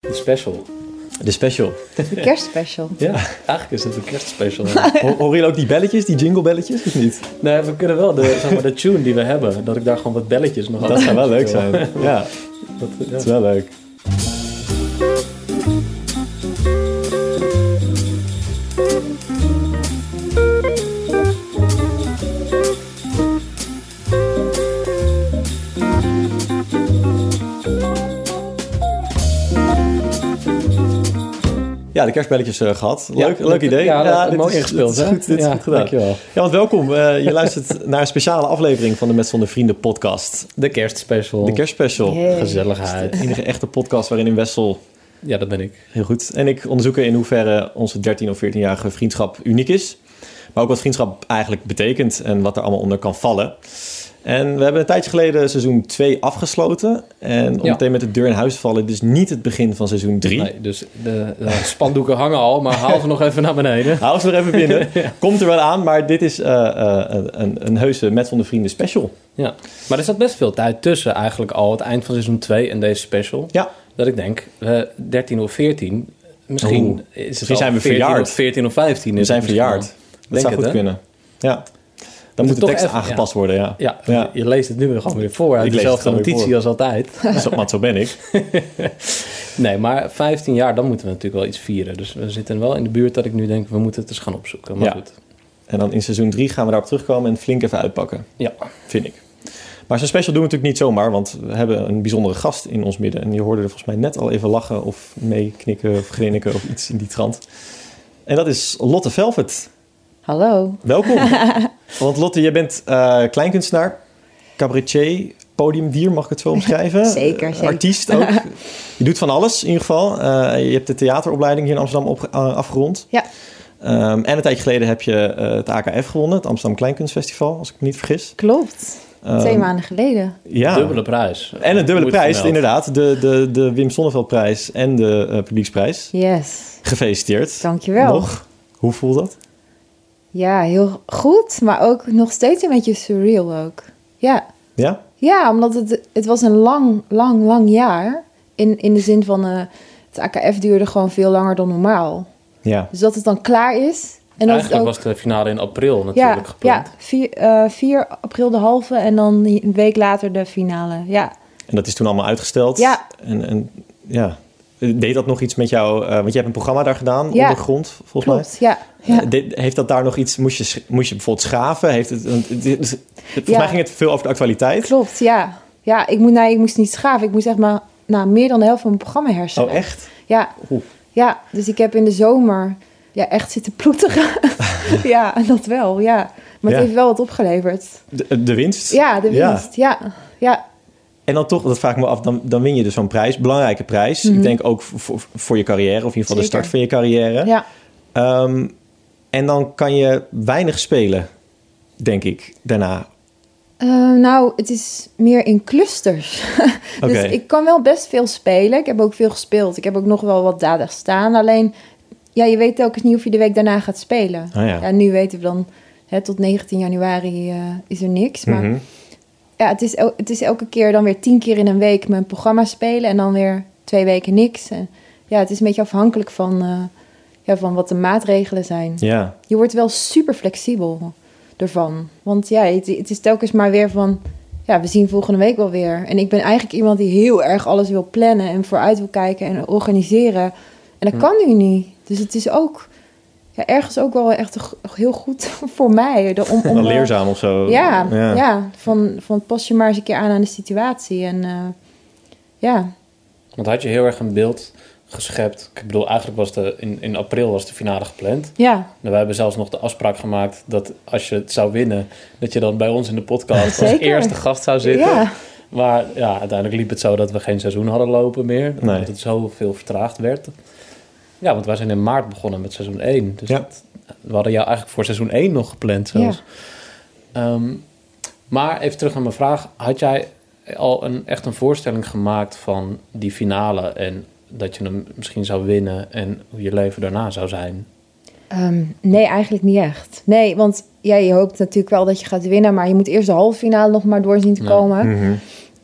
De special. De special. De kerstspecial. Ja, eigenlijk is het een kerstspecial. Horen jullie ook die belletjes, die jingle belletjes, of niet? Nee, we kunnen wel de tune die we hebben, dat ik daar gewoon wat belletjes nog aan. Dat zou wel leuk zijn. Ja, dat is wel leuk. Ja, de kerstbelletjes gehad. Leuk idee. Ja, mooi ingespeeld. Dit is goed, dit is goed gedaan. Dankjewel. Ja, want welkom. Je luistert naar een speciale aflevering van de Met Zonder Vrienden podcast. De kerstspecial. De kerstspecial. Yay. Gezelligheid. De enige echte podcast waarin in Wessel... Ja, dat ben ik. Heel goed. En ik onderzoeken in hoeverre onze 13 of 14-jarige vriendschap uniek is. Maar ook wat vriendschap eigenlijk betekent en wat er allemaal onder kan vallen. En we hebben een tijdje geleden seizoen 2 afgesloten. En om meteen met de deur in huis te vallen, dit is niet het begin van seizoen 3. Nee, dus de spandoeken hangen al, maar haal ze nog even naar beneden. Haal ze nog even binnen. Komt er wel aan, maar dit is een heuse Met Zonder Vrienden special. Ja, maar er zat best veel tijd tussen eigenlijk al het eind van seizoen 2 en deze special. Ja. Dat ik denk, 13 of 14, misschien is het zijn we 14 verjaard. Of 14 of 15. We zijn verjaard. Dat zou goed kunnen. Ja. Dan moet de tekst aangepast worden, ja. Je leest het nu weer gewoon weer voor. Uit dezelfde notitie als altijd. Zo ben ik. Nee, maar 15 jaar, dan moeten we natuurlijk wel iets vieren. Dus we zitten wel in de buurt dat ik nu denk, we moeten het eens gaan opzoeken. Maar goed. En dan in seizoen 3 gaan we daarop terugkomen en flink even uitpakken. Ja. Vind ik. Maar zo'n special doen we natuurlijk niet zomaar, want we hebben een bijzondere gast in ons midden. En je hoorde er volgens mij net al even lachen of meeknikken of grinniken of iets in die trant. En dat is Lotte Velvet. Hallo. Welkom. Want Lotte, jij bent kleinkunstenaar, cabaretier, podiumdier, mag ik het zo omschrijven? Zeker. Artiest ook. Je doet van alles in ieder geval. Je hebt de theateropleiding hier in Amsterdam afgerond. Ja. En een tijdje geleden heb je het AKF gewonnen, het Amsterdam Kleinkunstfestival, als ik me niet vergis. Klopt. 2 maanden geleden. Ja. Dubbele prijs. En een dubbele prijs, inderdaad. De Wim Sonneveldprijs en de publieksprijs. Yes. Gefeliciteerd. Dankjewel. Nog. Hoe voelt dat? Ja, heel goed. Maar ook nog steeds een beetje surreal ook. Ja. Ja? Ja, omdat het was een lang jaar. In de zin van het AKF duurde gewoon veel langer dan normaal. Ja. Dus dat het dan klaar is. En dat eigenlijk het ook, was de finale in april natuurlijk gepland. Ja, 4 april de halve en dan een week later de finale. Ja. En dat is toen allemaal uitgesteld. Ja. En ja, deed dat nog iets met jou? Want je hebt een programma daar gedaan, Ondergrond, volgens mij. Ja. Heeft dat daar nog iets? Moest je bijvoorbeeld schaven? Volgens mij ging het veel over de actualiteit. Klopt, ja. Ja, ik moest niet schaven. Ik moest echt maar meer dan de helft van mijn programma herstellen. Oh, echt? Ja. Ja, dus ik heb in de zomer echt zitten ploeteren. Ja, dat wel, ja. Maar het heeft wel wat opgeleverd. De winst? Ja, de winst, ja. En dan toch, dat vraag ik me af, dan win je dus zo'n prijs, belangrijke prijs. Ik denk ook voor je carrière, of in ieder geval de start van je carrière. Ja. En dan kan je weinig spelen, denk ik, daarna. Nou, het is meer in clusters. Dus ik kan wel best veel spelen. Ik heb ook veel gespeeld. Ik heb ook nog wel wat dadig staan. Alleen, je weet telkens niet of je de week daarna gaat spelen. Ja, nu weten we dan, tot 19 januari is er niks. Maar het is elke keer dan weer 10 keer in een week mijn programma spelen. En dan weer 2 weken niks. En het is een beetje afhankelijk van wat de maatregelen zijn. Ja. Je wordt wel super flexibel ervan. Want het is telkens maar weer van, we zien volgende week wel weer. En ik ben eigenlijk iemand die heel erg alles wil plannen en vooruit wil kijken en organiseren. En dat kan nu niet. Dus het is ook ergens ook wel echt heel goed voor mij. Wel leerzaam of zo. Ja. Van pas je maar eens een keer aan de situatie. En Want had je heel erg een beeld geschept. Ik bedoel, eigenlijk was in april was de finale gepland. Ja. En we hebben zelfs nog de afspraak gemaakt dat als je het zou winnen, dat je dan bij ons in de podcast als eerste gast zou zitten. Ja. Maar uiteindelijk liep het zo dat we geen seizoen hadden lopen meer. Nee. Omdat het zoveel vertraagd werd. Ja, want wij zijn in maart begonnen met seizoen 1. Dus we hadden jou eigenlijk voor seizoen 1 nog gepland zelfs. Ja. Maar even terug naar mijn vraag. Had jij al echt een voorstelling gemaakt van die finale en dat je hem misschien zou winnen en hoe je leven daarna zou zijn? Nee, eigenlijk niet echt. Nee, want je hoopt natuurlijk wel dat je gaat winnen, maar je moet eerst de halve finale nog maar door zien te komen. Mm-hmm.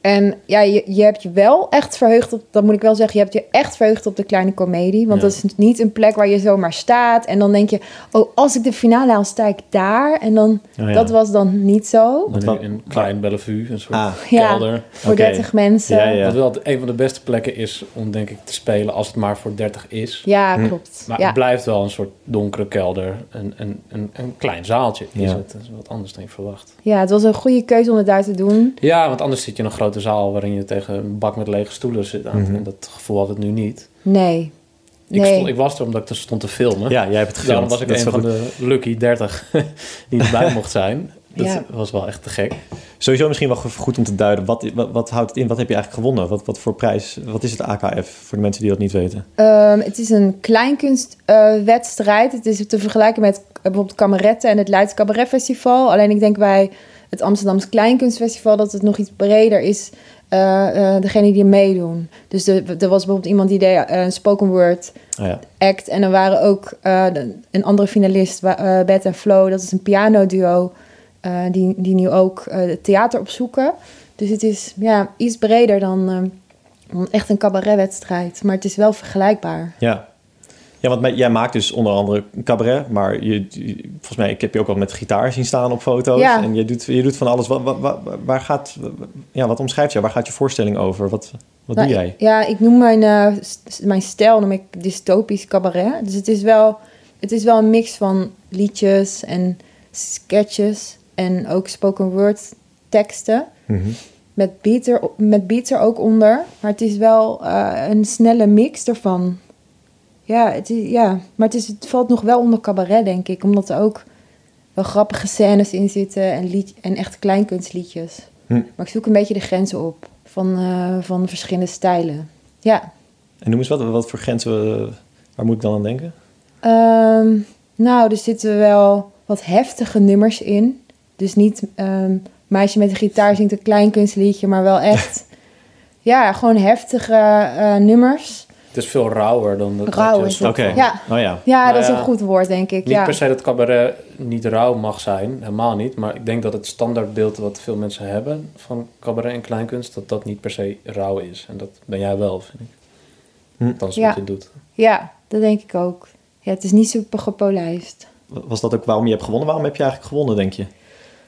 En ja, je hebt je wel echt verheugd op... Dat moet ik wel zeggen, je hebt je echt verheugd op de Kleine Comedie. Want dat is niet een plek waar je zomaar staat. En dan denk je, als ik de finale haal, sta ik daar. En dan, dat was dan niet zo. Een klein Bellevue, een soort kelder. Voor 30 mensen. Wat wel een van de beste plekken is om, denk ik, te spelen als het maar voor 30 is. Ja, klopt. Maar het blijft wel een soort donkere kelder. Een klein zaaltje is het. Dat is wat anders dan je verwacht. Ja, het was een goede keuze om het daar te doen. Ja, want anders zit je in een grote zaal waarin je tegen een bak met lege stoelen zit. En dat gevoel had het nu niet. Nee. Ik was er omdat ik er stond te filmen. Ja, jij hebt het gefilmd. Daarom was ik een van de lucky 30 die erbij mocht zijn. Dat was wel echt te gek. Sowieso misschien wel goed om te duiden. Wat houdt het in? Wat heb je eigenlijk gewonnen? Wat voor prijs? Wat is het AKF voor de mensen die dat niet weten? Het is een kleinkunstwedstrijd. Het is te vergelijken met bijvoorbeeld Kameretten en het Leids Cabaret Festival. Alleen ik denk bij het Amsterdamse Kleinkunstfestival dat het nog iets breder is. Degene die meedoen. Dus er was bijvoorbeeld iemand die deed een spoken word act. En er waren ook een andere finalist, Beth en Flo. Dat is een pianoduo die nu ook het theater opzoeken. Dus het is iets breder dan echt een cabaretwedstrijd. Maar het is wel vergelijkbaar. Ja, want jij maakt dus onder andere een cabaret, maar volgens mij, ik heb je ook al met gitaar zien staan op foto's. Ja. En je doet van alles. Wat omschrijft je? Waar gaat je voorstelling over? Wat doe jij? Ja, ik noem mijn stijl dystopisch cabaret. Dus het is wel een mix van liedjes en sketches en ook spoken word teksten. Mm-hmm. Met beats er ook onder. Maar het is wel een snelle mix ervan. Maar het valt nog wel onder cabaret, denk ik. Omdat er ook wel grappige scènes in zitten en echte kleinkunstliedjes. Maar ik zoek een beetje de grenzen op van verschillende stijlen. Ja. En noem eens wat voor grenzen, waar moet ik dan aan denken? Er zitten wel wat heftige nummers in. Dus niet meisje met een gitaar zingt een kleinkunstliedje, maar wel echt gewoon heftige nummers. Het is veel rauwer dan dat. Rauw is het. Okay. Ja, dat is een goed woord, denk ik. Niet per se dat cabaret niet rauw mag zijn, helemaal niet. Maar ik denk dat het standaardbeeld wat veel mensen hebben van cabaret en kleinkunst, dat niet per se rauw is. En dat ben jij wel, vind ik. Dat is wat je doet. Ja, dat denk ik ook. Ja, het is niet super gepolijst. Was dat ook waarom je hebt gewonnen? Waarom heb je eigenlijk gewonnen, denk je?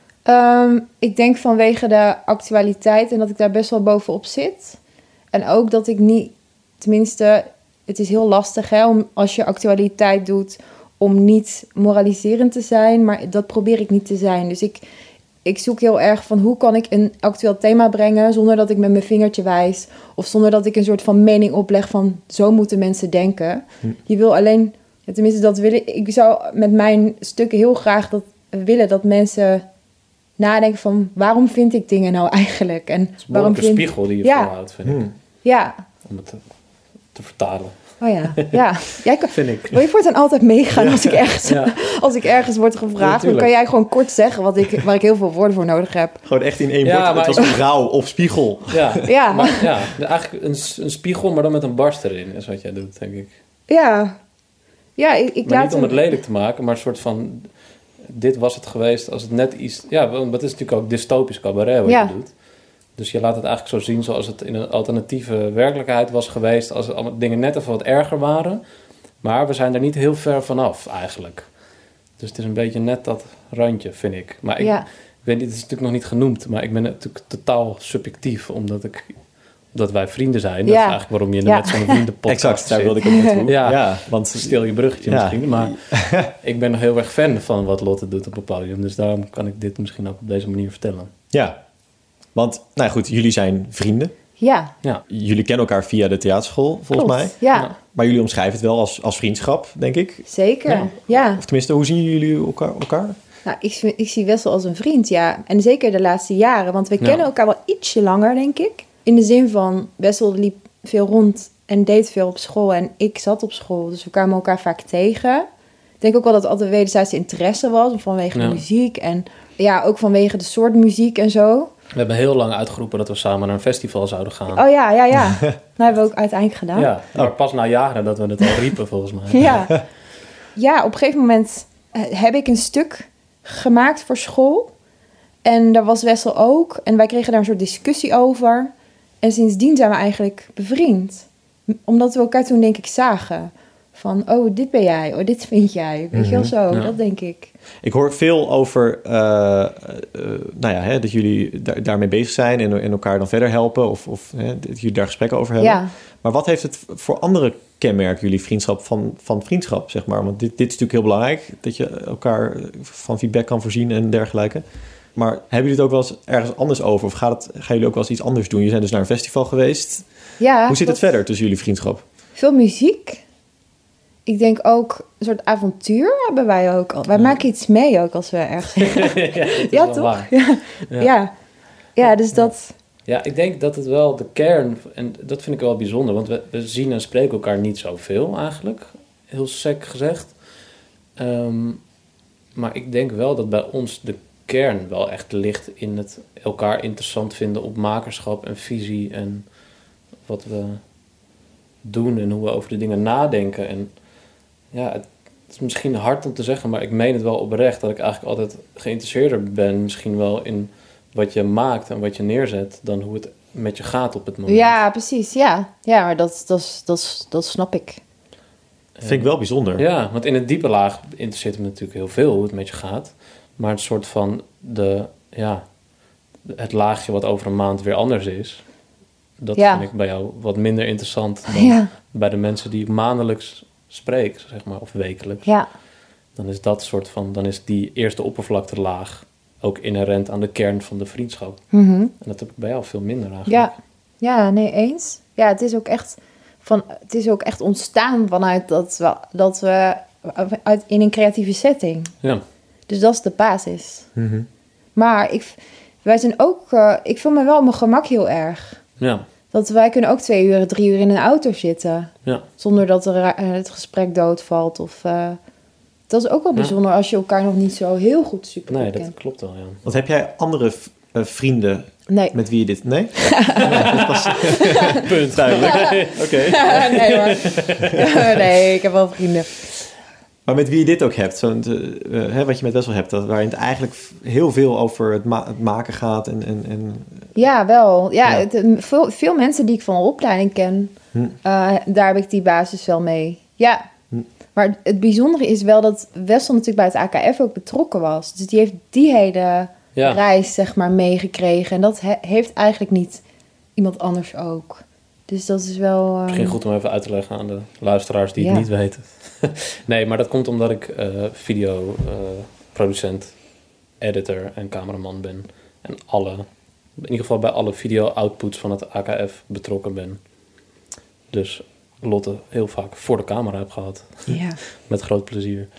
Ik denk vanwege de actualiteit en dat ik daar best wel bovenop zit. En ook dat ik niet... Tenminste, het is heel lastig om als je actualiteit doet om niet moraliserend te zijn. Maar dat probeer ik niet te zijn. Dus ik zoek heel erg van hoe kan ik een actueel thema brengen zonder dat ik met mijn vingertje wijs. Of zonder dat ik een soort van mening opleg van zo moeten mensen denken. Je wil alleen, tenminste dat wil ik zou met mijn stukken heel graag willen dat mensen nadenken van waarom vind ik dingen nou eigenlijk? En het is waarom een spiegel die je voorhoudt, vind ik. Ja. Om het te vertalen. Oh ja. Jij kan, vind ik. Wil je voortaan altijd meegaan als ik ergens word gevraagd? Dan kan jij gewoon kort zeggen waar ik heel veel woorden voor nodig heb. Gewoon echt in één woord. Het was een rauw of spiegel. Ja. Maar eigenlijk een spiegel, maar dan met een barst erin is wat jij doet, denk ik. Ja. Ja, ik maar niet om het lelijk te maken, maar een soort van... Dit was het geweest als het net iets... Ja, want dat is natuurlijk ook dystopisch cabaret wat je doet. Dus je laat het eigenlijk zo zien zoals het in een alternatieve werkelijkheid was geweest... als dingen net even wat erger waren. Maar we zijn er niet heel ver vanaf eigenlijk. Dus het is een beetje net dat randje, vind ik. Maar ik weet niet, het is natuurlijk nog niet genoemd... maar ik ben natuurlijk totaal subjectief... omdat wij vrienden zijn. Dat is eigenlijk waarom je met zo'n vriendenpodcast exact, daar wilde ik ook naartoe. Ja, want stil je bruggetje misschien. Maar ik ben nog heel erg fan van wat Lotte doet op het podium. Dus daarom kan ik dit misschien ook op deze manier vertellen. Ja, want nou goed, jullie zijn vrienden. Ja. Jullie kennen elkaar via de theaterschool, volgens mij. Ja. Maar jullie omschrijven het wel als vriendschap, denk ik. Zeker, ja. Of tenminste, hoe zien jullie elkaar? Nou, ik zie Wessel als een vriend, ja. En zeker de laatste jaren. Want we kennen elkaar wel ietsje langer, denk ik. In de zin van, Wessel liep veel rond en deed veel op school. En ik zat op school, dus we kwamen elkaar vaak tegen. Ik denk ook wel dat het altijd wederzijdse interesse was. Vanwege de muziek en ook vanwege de soort muziek en zo. We hebben heel lang uitgeroepen dat we samen naar een festival zouden gaan. Oh ja. Dat hebben we ook uiteindelijk gedaan. Ja, maar pas na jaren dat we het al riepen, volgens mij. Ja, op een gegeven moment heb ik een stuk gemaakt voor school. En daar was Wessel ook. En wij kregen daar een soort discussie over. En sindsdien zijn we eigenlijk bevriend. Omdat we elkaar toen denk ik zagen. Van, oh, dit ben jij. Oh, dit vind jij. Weet je wel zo, dat denk ik. Ik hoor veel over dat jullie daarmee bezig zijn en elkaar dan verder helpen. Of dat jullie daar gesprekken over hebben. Ja. Maar wat heeft het voor andere kenmerken, jullie vriendschap van vriendschap, zeg maar? Want dit is natuurlijk heel belangrijk. Dat je elkaar van feedback kan voorzien en dergelijke. Maar hebben jullie het ook wel eens ergens anders over? Of gaan jullie ook wel eens iets anders doen? Je zijn dus naar een festival geweest. Ja. Hoe zit het verder tussen jullie vriendschap? Veel muziek. Ik denk ook een soort avontuur hebben wij ook al. Wij maken iets mee ook als we ergens... ja, toch? Ja, dus dat... Ja, ik denk dat het wel de kern... En dat vind ik wel bijzonder. Want we zien en spreken elkaar niet zoveel eigenlijk. Heel sec gezegd. Maar ik denk wel dat bij ons de kern wel echt ligt in het elkaar interessant vinden op makerschap en visie. En wat we doen en hoe we over de dingen nadenken. En ja, het is misschien hard om te zeggen, maar ik meen het wel oprecht dat ik eigenlijk altijd geïnteresseerder ben, misschien wel in wat je maakt en wat je neerzet, dan hoe het met je gaat op het moment. Ja, precies. Ja, maar dat snap ik. Vind ik wel bijzonder. Ja, want in het diepe laag interesseert me natuurlijk heel veel hoe het met je gaat. Maar het soort van het laagje wat over een maand weer anders is, dat vind ik bij jou wat minder interessant dan bij de mensen die ik maandelijks spreek, zeg maar, of wekelijks. Ja. Dan is dat soort van, dan is die eerste oppervlaktelaag ook inherent aan de kern van de vriendschap. Mm-hmm. En dat heb ik bij jou veel minder eigenlijk. Ja, nee, eens. Ja, het is ook echt ontstaan vanuit dat we in een creatieve setting. Ja. Dus dat is de basis. Mm-hmm. Maar wij zijn ook, ik voel me wel op mijn gemak heel erg. Ja. Dat wij kunnen ook 2 uur, 3 uur in een auto zitten. Ja. Zonder dat het gesprek doodvalt. Dat is ook wel bijzonder als je elkaar nog niet zo heel goed super kent. Nee, dat klopt wel, ja. Want heb jij andere vrienden met wie je dit... Nee? Punt, duidelijk. Oké. Nee, ik heb wel vrienden. Maar met wie je dit ook hebt, wat je met Wessel hebt, waarin het eigenlijk heel veel over het maken gaat. Ja, wel. Ja. Veel mensen die ik van de opleiding ken, daar heb ik die basis wel mee. Ja. Maar het bijzondere is wel dat Wessel natuurlijk bij het AKF ook betrokken was. Dus die heeft die hele reis, zeg maar, meegekregen. En dat heeft eigenlijk niet iemand anders ook. Dus dat is wel... Misschien goed om even uit te leggen aan de luisteraars die het niet weten. Nee, maar dat komt omdat ik videoproducent, editor en cameraman ben. En in ieder geval bij alle video-outputs van het AKF betrokken ben. Dus Lotte heel vaak voor de camera heb gehad. Ja. Met groot plezier.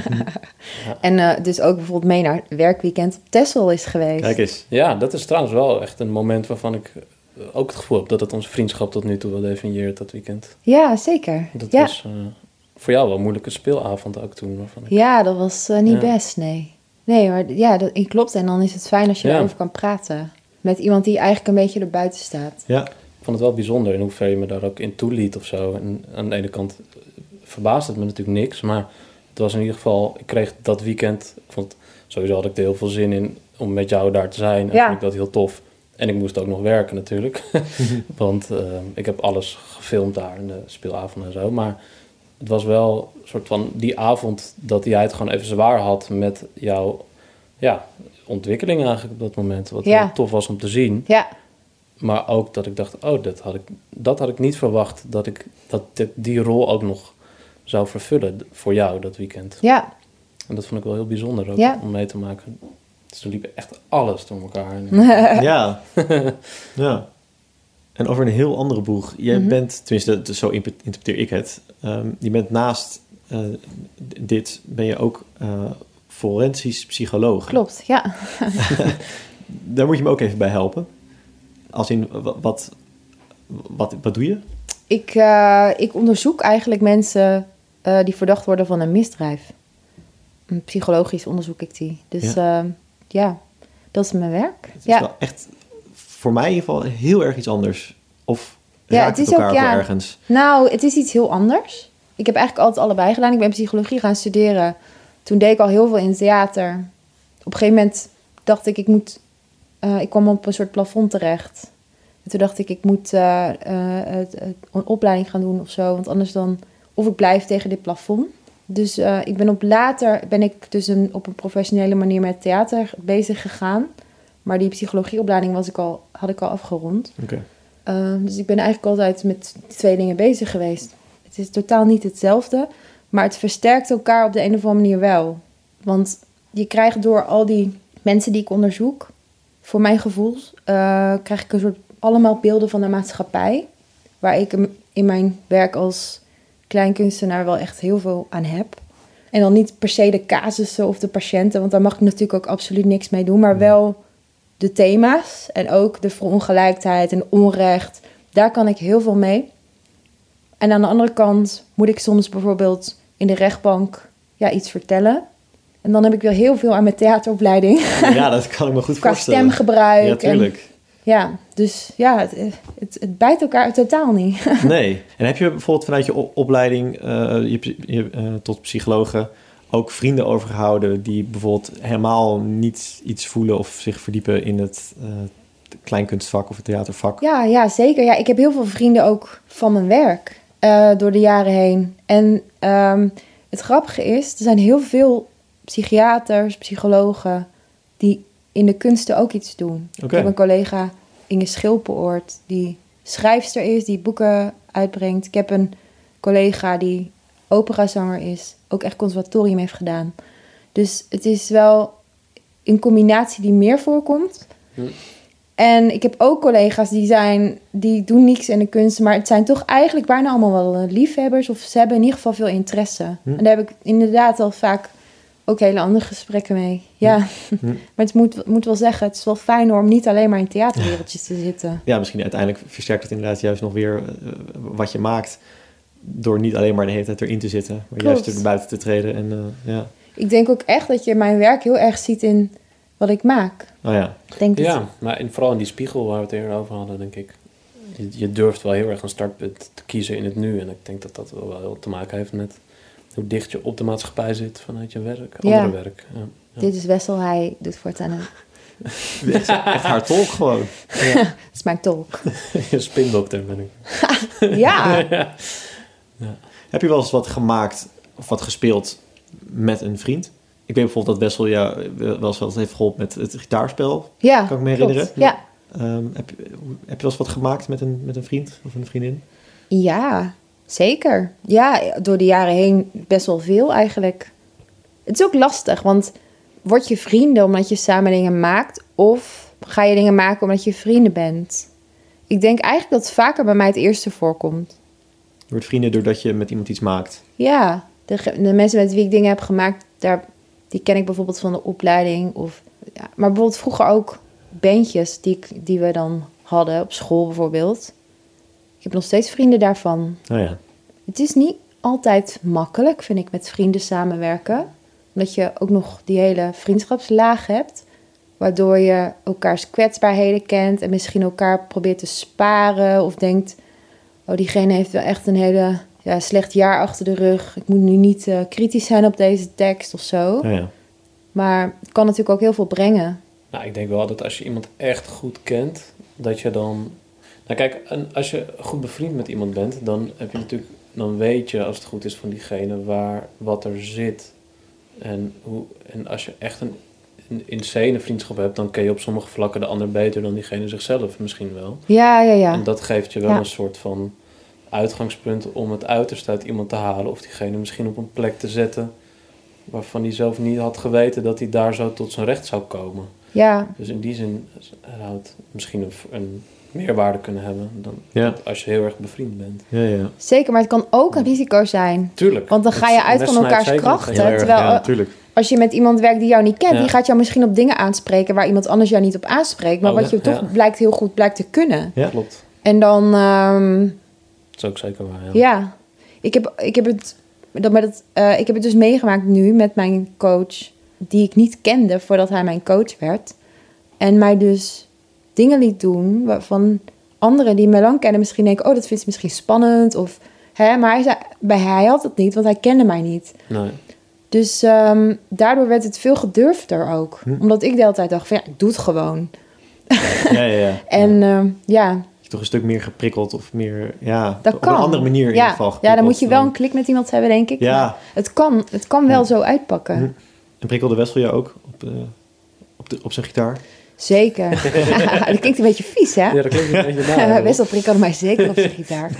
En dus ook bijvoorbeeld mee naar het werkweekend op Texel is geweest. Kijk eens. Ja, dat is trouwens wel echt een moment waarvan ik ook het gevoel heb dat het onze vriendschap tot nu toe wel definieert, dat weekend. Ja, zeker. Dat was voor jou wel een moeilijke speelavond ook toen. Ja, dat was niet best, nee. Nee, maar ja, dat klopt. En dan is het fijn als je erover kan praten. Met iemand die eigenlijk een beetje erbuiten staat. Ja. Ik vond het wel bijzonder in hoeverre je me daar ook in toeliet of zo. En aan de ene kant verbaasde het me natuurlijk niks. Maar het was in ieder geval... Ik kreeg dat weekend... Ik vond sowieso had ik er heel veel zin in om met jou daar te zijn. En vond ik dat heel tof. En ik moest ook nog werken natuurlijk. Want ik heb alles gefilmd daar in de speelavond en zo. Maar het was wel een soort van die avond dat jij het gewoon even zwaar had met jouw ontwikkeling eigenlijk op dat moment. Wat heel tof was om te zien. Ja. Maar ook dat ik dacht, dat had ik niet verwacht. Dat die rol ook nog zou vervullen voor jou dat weekend. Ja. En dat vond ik wel heel bijzonder ook om mee te maken. Dus er liep echt alles door elkaar. Ja. Ja. En over een heel andere boeg. Jij bent, tenminste zo interpreteer ik het. Je bent naast dit, ben je ook forensisch psycholoog. Klopt, ja. Daar moet je me ook even bij helpen. Als in, wat doe je? Ik onderzoek eigenlijk mensen die verdacht worden van een misdrijf. Psychologisch onderzoek ik die. Dus dat is mijn werk. Het is wel echt, voor mij in ieder geval, heel erg iets anders. Of raakt het elkaar ook ergens? Nou, het is iets heel anders. Ik heb eigenlijk altijd allebei gedaan. Ik ben psychologie gaan studeren. Toen deed ik al heel veel in het theater. Op een gegeven moment dacht ik kwam op een soort plafond terecht. En toen dacht ik moet een opleiding gaan doen of zo. Want anders dan... Of ik blijf tegen dit plafond. Dus later ben ik dus op een professionele manier met theater bezig gegaan. Maar die psychologieopleiding had ik al afgerond. Okay. Dus ik ben eigenlijk altijd met die twee dingen bezig geweest. Het is totaal niet hetzelfde. Maar het versterkt elkaar op de een of andere manier wel. Want je krijgt door al die mensen die ik onderzoek... Voor mijn gevoel krijg ik een soort allemaal beelden van de maatschappij. Waar ik in mijn werk als kleinkunstenaar wel echt heel veel aan heb. En dan niet per se de casussen of de patiënten. Want daar mag ik natuurlijk ook absoluut niks mee doen. Maar wel de thema's. En ook de verongelijkheid en onrecht. Daar kan ik heel veel mee. En aan de andere kant moet ik soms bijvoorbeeld in de rechtbank iets vertellen. En dan heb ik wel heel veel aan mijn theateropleiding. Ja, dat kan ik me goed voorstellen. Qua stemgebruik. Ja, tuurlijk. Dus het bijt elkaar totaal niet. Nee. En heb je bijvoorbeeld vanuit je opleiding tot psychologe ook vrienden overgehouden die bijvoorbeeld helemaal niet iets voelen of zich verdiepen in het kleinkunstvak of het theatervak? Ja, zeker. Ja, ik heb heel veel vrienden ook van mijn werk door de jaren heen. En het grappige is, er zijn heel veel psychiaters, psychologen die in de kunsten ook iets doen. Okay. Ik heb een collega, Inge Schilpenoort, die schrijfster is, die boeken uitbrengt. Ik heb een collega die operazanger is, ook echt conservatorium heeft gedaan. Dus het is wel een combinatie die meer voorkomt. En ik heb ook collega's die doen niks in de kunst, maar het zijn toch eigenlijk bijna allemaal wel liefhebbers, of ze hebben in ieder geval veel interesse. En daar heb ik inderdaad al vaak ook hele andere gesprekken mee. Ja, maar het moet wel zeggen, het is wel fijn om niet alleen maar in theaterwereldjes te zitten. Ja, misschien uiteindelijk versterkt het inderdaad juist nog weer wat je maakt, door niet alleen maar de hele tijd erin te zitten, maar juist er buiten te treden. En, Ik denk ook echt dat je mijn werk heel erg ziet in wat ik maak. Oh ja. Maar vooral in die spiegel waar we het eerder over hadden, denk ik. Je durft wel heel erg een startpunt te kiezen in het nu. En ik denk dat dat wel heel te maken heeft met hoe dicht je op de maatschappij zit vanuit je werk, andere werk. Ja. Dit is Wessel, hij doet voortaan Dit is echt haar tolk gewoon. Ja. Dat is mijn tolk. Je spindokter ben ik. Ja. Heb je wel eens wat gemaakt of wat gespeeld met een vriend? Ik weet bijvoorbeeld dat Wessel wel eens wat heeft geholpen met het gitaarspel. Ja, kan ik me herinneren. Ja. Heb je wel eens wat gemaakt met een vriend of een vriendin? Ja, zeker. Ja, door de jaren heen best wel veel eigenlijk. Het is ook lastig, want word je vrienden omdat je samen dingen maakt, of ga je dingen maken omdat je vrienden bent? Ik denk eigenlijk dat het vaker bij mij het eerste voorkomt. Je wordt vrienden doordat je met iemand iets maakt? Ja, de mensen met wie ik dingen heb gemaakt, die ken ik bijvoorbeeld van de opleiding. Maar bijvoorbeeld vroeger ook bandjes die we dan hadden op school bijvoorbeeld. Ik heb nog steeds vrienden daarvan. Oh ja. Het is niet altijd makkelijk, vind ik, met vrienden samenwerken. Omdat je ook nog die hele vriendschapslaag hebt. Waardoor je elkaars kwetsbaarheden kent en misschien elkaar probeert te sparen. Of denkt, oh, diegene heeft wel echt een hele slecht jaar achter de rug. Ik moet nu niet kritisch zijn op deze tekst of zo. Oh ja. Maar het kan natuurlijk ook heel veel brengen. Nou, ik denk wel dat als je iemand echt goed kent, dat je dan... Nou kijk, als je goed bevriend met iemand bent, dan weet je, als het goed is van diegene, wat er zit. En als je echt een insane vriendschap hebt, dan ken je op sommige vlakken de ander beter dan diegene zichzelf misschien wel. Ja. En dat geeft je wel een soort van uitgangspunt om het uiterste uit iemand te halen. Of diegene misschien op een plek te zetten waarvan hij zelf niet had geweten dat hij daar zo tot zijn recht zou komen. Ja. Dus in die zin zou het misschien een meerwaarde kunnen hebben dan als je heel erg bevriend bent. Ja. Zeker, maar het kan ook een risico zijn. Tuurlijk. Want dan ga je uit van elkaars krachten. Terwijl als je met iemand werkt die jou niet kent, die gaat jou misschien op dingen aanspreken waar iemand anders jou niet op aanspreekt. Maar wat je toch heel goed blijkt te kunnen. Ja, klopt. En dan... dat is ook zeker waar, ja. Ik heb het dus meegemaakt nu met mijn coach, die ik niet kende voordat hij mijn coach werd. En mij dus dingen liet doen waarvan anderen die me lang kennen misschien denken, oh, dat vindt ze misschien spannend. Maar hij had het niet, want hij kende mij niet. Nee. Dus daardoor werd het veel gedurfder ook. Omdat ik de hele tijd dacht van ik doe het gewoon. Ja. En toch een stuk meer geprikkeld of meer, dat op kan. een andere manier in ieder geval geprikkeld. Ja, dan moet je wel een klik met iemand hebben, denk ik. Ja. Het kan wel zo uitpakken. En prikkelde Wessel je ook op zijn gitaar? Zeker. Dat klinkt een beetje vies, hè? Ja, dat klinkt een beetje naar. Wessel prikkelde mij zeker op zijn gitaar.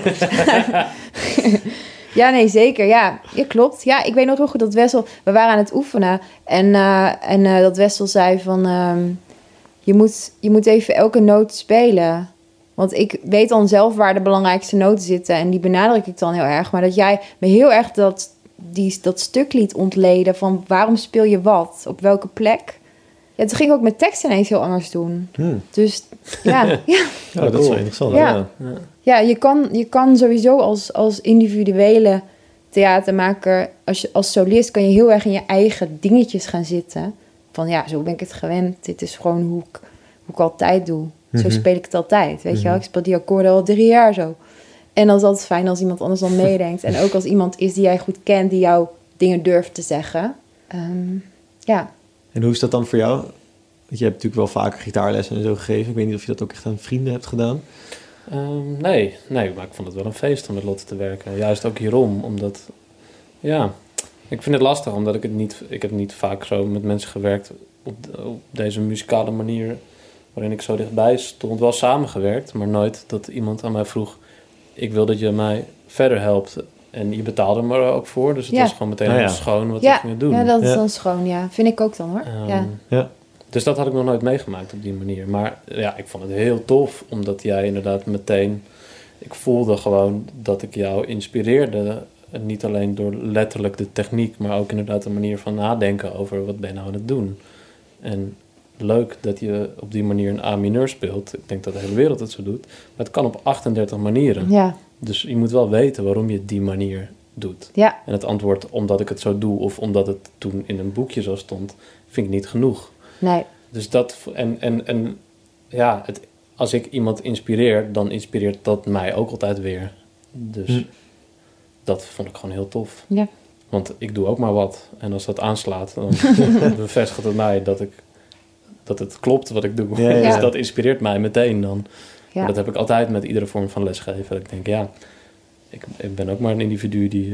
Ja, nee, zeker. Ja, klopt. Ja, ik weet nog heel goed dat Wessel... We waren aan het oefenen. En dat Wessel zei van... Je moet even elke noot spelen. Want ik weet dan zelf waar de belangrijkste noten zitten. En die benadruk ik dan heel erg. Maar dat jij me heel erg dat stuk liet ontleden... van waarom speel je wat? Op welke plek? Ja, toen ging ik ook met tekst ineens heel anders doen. Dus ja. Dat is wel interessant. Ja, je kan sowieso als individuele theatermaker... als solist kan je heel erg in je eigen dingetjes gaan zitten. Van zo ben ik het gewend. Dit is gewoon hoe ik altijd doe. Zo speel ik het altijd, weet je wel. Ik speel die akkoorden al 3 jaar zo. En dan is het altijd fijn als iemand anders dan meedenkt. En ook als iemand is die jij goed kent... die jou dingen durft te zeggen. En hoe is dat dan voor jou? Want je hebt natuurlijk wel vaker gitaarlessen en zo gegeven. Ik weet niet of je dat ook echt aan vrienden hebt gedaan. Nee, maar ik vond het wel een feest om met Lotte te werken. Juist ook hierom, omdat... Ja, ik vind het lastig, omdat ik heb niet vaak zo met mensen gewerkt... op deze muzikale manier... waarin ik zo dichtbij stond. Wel samengewerkt, maar nooit dat iemand aan mij vroeg... ik wil dat je mij verder helpt... En je betaalde me er ook voor, dus het was gewoon meteen schoon wat ik ging doen. Ja, dat is dan schoon, Vind ik ook dan, hoor. Dus dat had ik nog nooit meegemaakt op die manier. Maar ik vond het heel tof, omdat jij inderdaad meteen... Ik voelde gewoon dat ik jou inspireerde. Niet alleen door letterlijk de techniek, maar ook inderdaad de manier van nadenken over wat ben je nou aan het doen. En leuk dat je op die manier een A-mineur speelt. Ik denk dat de hele wereld het zo doet. Maar het kan op 38 manieren. Ja. Dus je moet wel weten waarom je die manier doet. Ja. En het antwoord omdat ik het zo doe... of omdat het toen in een boekje zo stond... vind ik niet genoeg. Nee. Dus dat... als ik iemand inspireer... dan inspireert dat mij ook altijd weer. Dus dat vond ik gewoon heel tof. Ja. Want ik doe ook maar wat. En als dat aanslaat... dan bevestigt het mij dat het klopt wat ik doe. Ja. Dus dat inspireert mij meteen dan... Ja. Dat heb ik altijd met iedere vorm van lesgeven. Dat ik denk, ik ben ook maar een individu die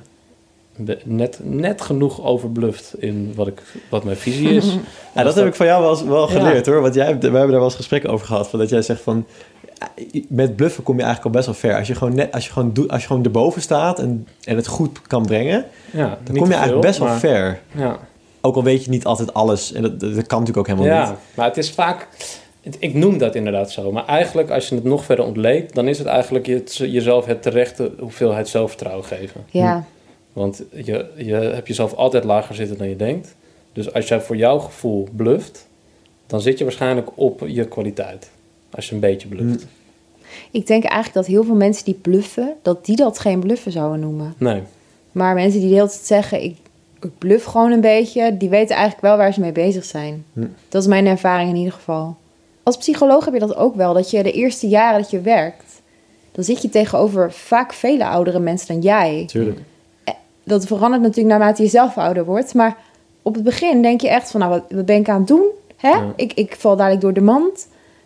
net genoeg overbluft in wat mijn visie is. Ja, dat heb ik van jou wel geleerd, hoor. Want we hebben daar wel eens gesprekken over gehad. Van dat jij zegt van, met bluffen kom je eigenlijk al best wel ver. Als je gewoon erboven staat en het goed kan brengen, dan kom je eigenlijk best wel ver. Ja. Ook al weet je niet altijd alles. En dat kan natuurlijk ook helemaal niet. Ja, maar het is vaak... Ik noem dat inderdaad zo. Maar eigenlijk, als je het nog verder ontleedt... dan is het eigenlijk jezelf het terechte hoeveelheid zelfvertrouwen geven. Ja. Want je hebt jezelf altijd lager zitten dan je denkt. Dus als jij voor jouw gevoel bluft... dan zit je waarschijnlijk op je kwaliteit. Als je een beetje bluft. Ik denk eigenlijk dat heel veel mensen die bluffen... dat geen bluffen zouden noemen. Nee. Maar mensen die de hele tijd zeggen... ik bluff gewoon een beetje... die weten eigenlijk wel waar ze mee bezig zijn. Dat is mijn ervaring in ieder geval. Als psycholoog heb je dat ook wel. Dat je de eerste jaren dat je werkt... dan zit je tegenover vaak vele oudere mensen dan jij. Tuurlijk. Dat verandert natuurlijk naarmate je zelf ouder wordt. Maar op het begin denk je echt van... wat ben ik aan het doen? Hè? Ja. Ik val dadelijk door de mand.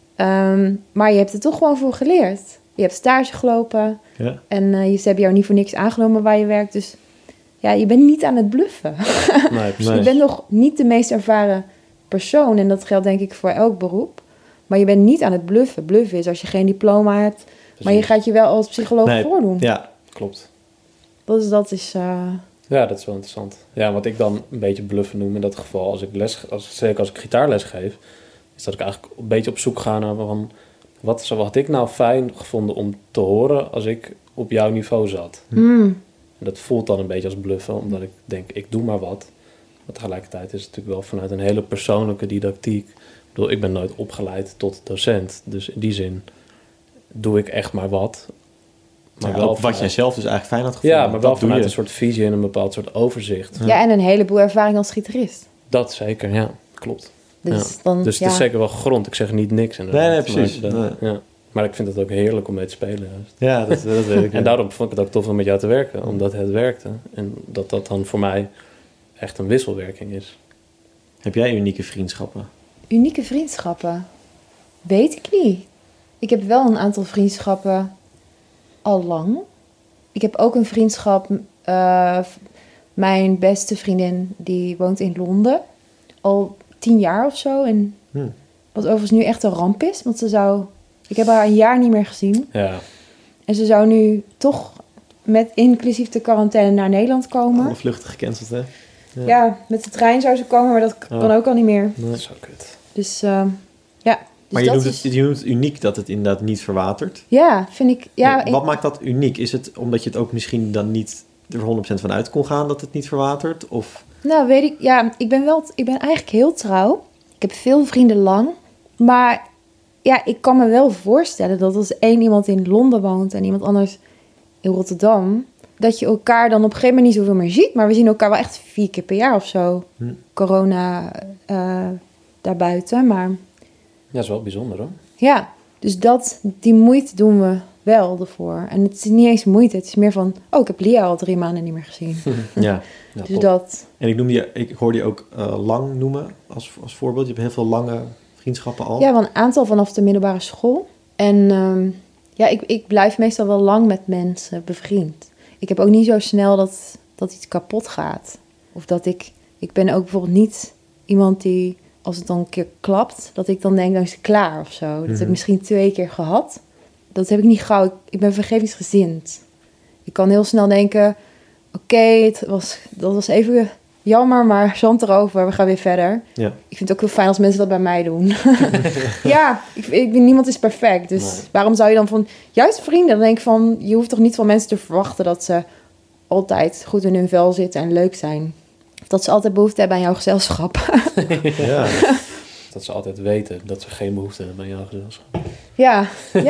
Maar je hebt er toch gewoon voor geleerd. Je hebt stage gelopen. Ja. En ze hebben jou niet voor niks aangenomen waar je werkt. Dus je bent niet aan het bluffen. Nee, je bent nog niet de meest ervaren persoon. En dat geldt denk ik voor elk beroep. Maar je bent niet aan het bluffen. Bluffen is als je geen diploma hebt. Precies. Maar je gaat je wel als psycholoog voordoen. Ja, klopt. Dat is Ja, dat is wel interessant. Ja, wat ik dan een beetje bluffen noem in dat geval... zeker als ik gitaarles geef... is dat ik eigenlijk een beetje op zoek ga naar... van wat had ik nou fijn gevonden om te horen... als ik op jouw niveau zat. En dat voelt dan een beetje als bluffen... omdat ik denk, ik doe maar wat. Maar tegelijkertijd is het natuurlijk wel vanuit een hele persoonlijke didactiek... Ik ben nooit opgeleid tot docent. Dus in die zin doe ik echt maar wat. Maar wel wat jij zelf dus eigenlijk fijn had gevonden. Ja, maar wel vanuit een soort visie en een bepaald soort overzicht. Ja, en een heleboel ervaring als gitarist. Dat zeker, ja. Klopt. Dus het is zeker wel gegrond. Ik zeg niet niks. Nee, precies. Maar ik vind het ook heerlijk om mee te spelen. Juist. Ja, dat weet ik. En daarom vond ik het ook tof om met jou te werken. Omdat het werkte. En dat dan voor mij... echt een wisselwerking is. Heb jij unieke vriendschappen? Unieke vriendschappen? Weet ik niet. Ik heb wel een aantal vriendschappen al lang. Ik heb ook een vriendschap... mijn beste vriendin, die woont in Londen. Al 10 jaar of zo. En wat overigens nu echt een ramp is. Want ik heb haar een jaar niet meer gezien. Ja. En ze zou nu toch met inclusief de quarantaine naar Nederland komen. Alle vluchten gecanceld, hè? Ja, met de trein zou ze komen, maar dat kan ook al niet meer. Nee. Dat is ook kut. Dus ja. Dus maar je noemt het uniek dat het inderdaad niet verwatert. Ja, vind ik... Ja, wat maakt dat uniek? Is het omdat je het ook misschien dan niet er 100% van uit kon gaan dat het niet verwatert? Of... Nou, weet ik... Ja, ik ben eigenlijk heel trouw. Ik heb veel vrienden lang. Maar ja, ik kan me wel voorstellen dat als één iemand in Londen woont en iemand anders in Rotterdam, dat je elkaar dan op een gegeven moment niet zoveel meer ziet. Maar we zien elkaar wel echt 4 keer per jaar of zo. Corona daarbuiten, maar... Ja, dat is wel bijzonder, hoor. Ja, dus die moeite doen we wel ervoor. En het is niet eens moeite, het is meer van... Oh, ik heb Lia al 3 maanden niet meer gezien. Ja. Dus top. Dat... En ik hoorde je ook lang noemen als voorbeeld. Je hebt heel veel lange vriendschappen al. Ja, wel een aantal vanaf de middelbare school. En ik blijf meestal wel lang met mensen bevriend. Ik heb ook niet zo snel dat iets kapot gaat. Of dat ik ben ook bijvoorbeeld niet iemand die... Als het dan een keer klapt, dat ik dan denk, dan is het klaar of zo. Dat heb ik misschien 2 keer gehad. Dat heb ik niet gauw. Ik ben vergevingsgezind. Ik kan heel snel denken, oké, dat was even jammer, maar zand erover, we gaan weer verder. Ja. Ik vind het ook heel fijn als mensen dat bij mij doen. Ja, niemand is perfect. Dus waarom zou je dan van... Juist vrienden, dan denk ik van... Je hoeft toch niet van mensen te verwachten dat ze altijd goed in hun vel zitten en leuk zijn. Of dat ze altijd behoefte hebben aan jouw gezelschap. Ja. Dat ze altijd weten dat ze geen behoefte hebben aan jouw gezelschap. Ja.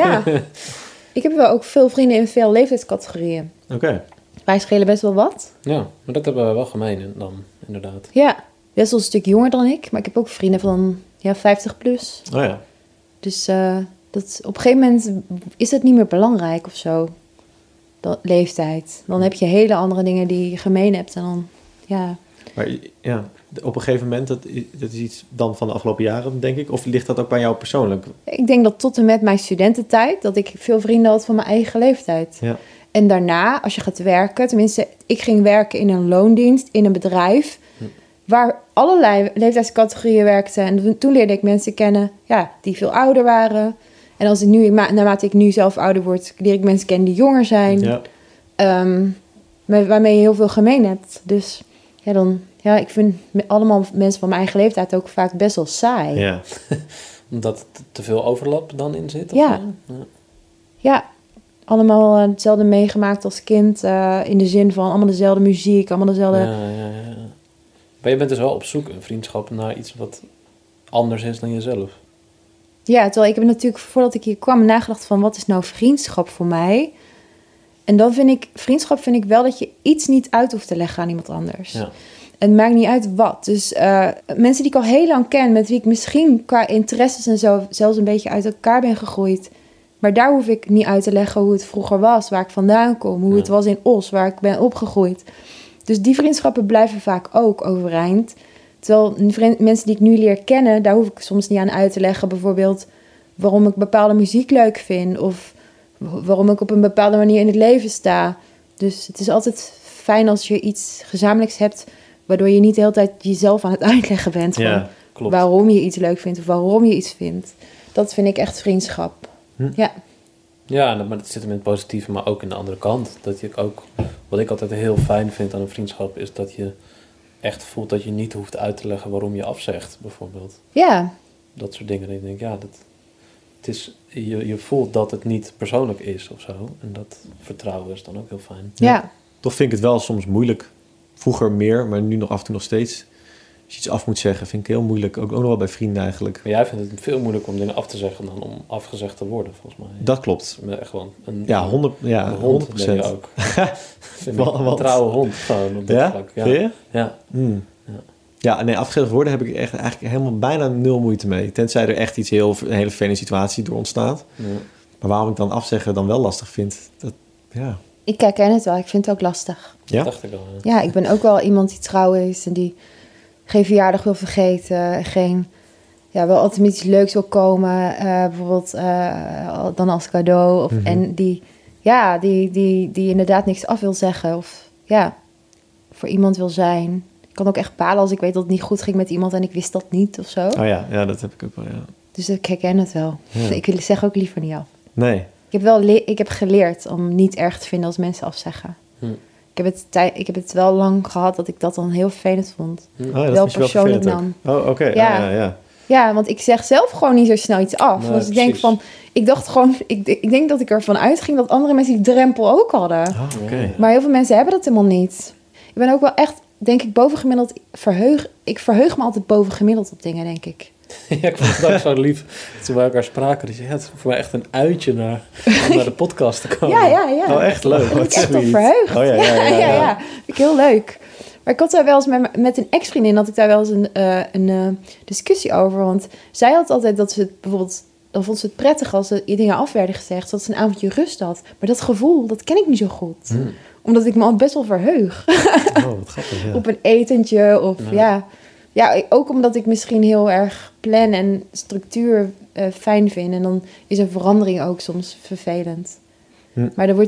Ik heb wel ook veel vrienden in veel leeftijdscategorieën. Oké. Wij schelen best wel wat. Ja, maar dat hebben we wel gemeen dan, inderdaad. Ja, best wel een stuk jonger dan ik. Maar ik heb ook vrienden van 50 plus. Oh ja. Dus dat, op een gegeven moment is het niet meer belangrijk of zo. Dat leeftijd. Dan heb je hele andere dingen die je gemeen hebt. En dan, ja... Maar ja, op een gegeven moment, dat is iets dan van de afgelopen jaren, denk ik? Of ligt dat ook bij jou persoonlijk? Ik denk dat tot en met mijn studententijd, dat ik veel vrienden had van mijn eigen leeftijd. Ja. En daarna, als je gaat werken, tenminste, ik ging werken in een loondienst, in een bedrijf, waar allerlei leeftijdscategorieën werkten. En toen leerde ik mensen kennen, die veel ouder waren. En als ik naarmate ik nu zelf ouder word, leer ik mensen kennen die jonger zijn. Ja. Waarmee je heel veel gemeen hebt. Dus... Ja, ik vind allemaal mensen van mijn eigen leeftijd ook vaak best wel saai. Ja, omdat er te veel overlap dan in zit? Ja, allemaal hetzelfde meegemaakt als kind. In de zin van allemaal dezelfde muziek, allemaal dezelfde... Ja. Maar je bent dus wel op zoek, een vriendschap, naar iets wat anders is dan jezelf. Ja, terwijl ik heb natuurlijk, voordat ik hier kwam, nagedacht van... wat is nou vriendschap voor mij? En dan vriendschap vind ik wel dat je iets niet uit hoeft te leggen aan iemand anders. Ja. En het maakt niet uit wat. Dus mensen die ik al heel lang ken, met wie ik misschien qua interesses en zo zelfs een beetje uit elkaar ben gegroeid. Maar daar hoef ik niet uit te leggen hoe het vroeger was, waar ik vandaan kom, hoe het was in Os, waar ik ben opgegroeid. Dus die vriendschappen blijven vaak ook overeind. Terwijl mensen die ik nu leer kennen, daar hoef ik soms niet aan uit te leggen. Bijvoorbeeld waarom ik bepaalde muziek leuk vind of waarom ik op een bepaalde manier in het leven sta. Dus het is altijd fijn als je iets gezamenlijks hebt, waardoor je niet de hele tijd jezelf aan het uitleggen bent van waarom je iets leuk vindt of waarom je iets vindt. Dat vind ik echt vriendschap. Ja, maar dat zit hem in het positieve, maar ook in de andere kant. Dat je ook, wat ik altijd heel fijn vind aan een vriendschap, is dat je echt voelt dat je niet hoeft uit te leggen waarom je afzegt, bijvoorbeeld. Ja. Dat soort dingen. En ik denk, je voelt dat het niet persoonlijk is of zo. En dat vertrouwen is dan ook heel fijn. Ja. Toch vind ik het wel soms moeilijk. Vroeger meer, maar nu nog af en toe nog steeds. Als je iets af moet zeggen, vind ik heel moeilijk. Ook nog wel bij vrienden eigenlijk. Maar jij vindt het veel moeilijker om dingen af te zeggen dan om afgezegd te worden, volgens mij. Dat klopt. Echt gewoon een hond 100%. Ben je ook. Vind ik een trouwe hond gewoon op dit vlak. Ja. Vind je? Ja. Ja, nee, afgezegd worden heb ik echt eigenlijk helemaal bijna 0 moeite mee. Tenzij er echt een hele vervelende situatie door ontstaat. Ja. Maar waarom ik dan afzeggen dan wel lastig vind, Ik herken het wel. Ik vind het ook lastig. Ja? Dat dacht ik al. Ja, ik ben ook wel iemand die trouw is en die geen verjaardag wil vergeten. Wel altijd iets leuks wil komen. Bijvoorbeeld dan als cadeau. Of, en die inderdaad niks af wil zeggen. Of voor iemand wil zijn. Ik kan ook echt balen als ik weet dat het niet goed ging met iemand en ik wist dat niet of zo. Oh ja, dat heb ik ook wel, ja. Dus ik herken het wel. Ja. Ik zeg ook liever niet af. Nee. Ik heb geleerd om niet erg te vinden als mensen afzeggen. Ik heb het wel lang gehad dat ik dat dan heel vervelend vond. Wel persoonlijk nam. Oh, oké. Ja. Ja, want ik zeg zelf gewoon niet zo snel iets af. Nee, dus ik dacht gewoon, ik denk dat ik ervan uitging dat andere mensen die drempel ook hadden. Oh, okay. Maar heel veel mensen hebben dat helemaal niet. Ik ben ook wel echt, denk ik, bovengemiddeld ik verheug me altijd bovengemiddeld op dingen, denk ik. Ja, ik vond het ook zo lief toen we elkaar spraken. Dus het is voor mij echt een uitje om naar de podcast te komen. Ja. Oh, echt leuk. Ik ben echt wel verheugd. Oh, ja. Vind ik heel leuk. Maar ik had daar wel eens met een ex-vriendin, had ik daar wel eens een discussie over. Want zij had altijd dat ze het bijvoorbeeld, dan vond ze het prettig als er dingen af werden gezegd, zodat ze een avondje rust had. Maar dat gevoel, dat ken ik niet zo goed. Omdat ik me al best wel verheug. Oh, wat grappig, ja. Op een etentje of Ja, ook omdat ik misschien heel erg plan en structuur fijn vind. En dan is een verandering ook soms vervelend. Maar daar word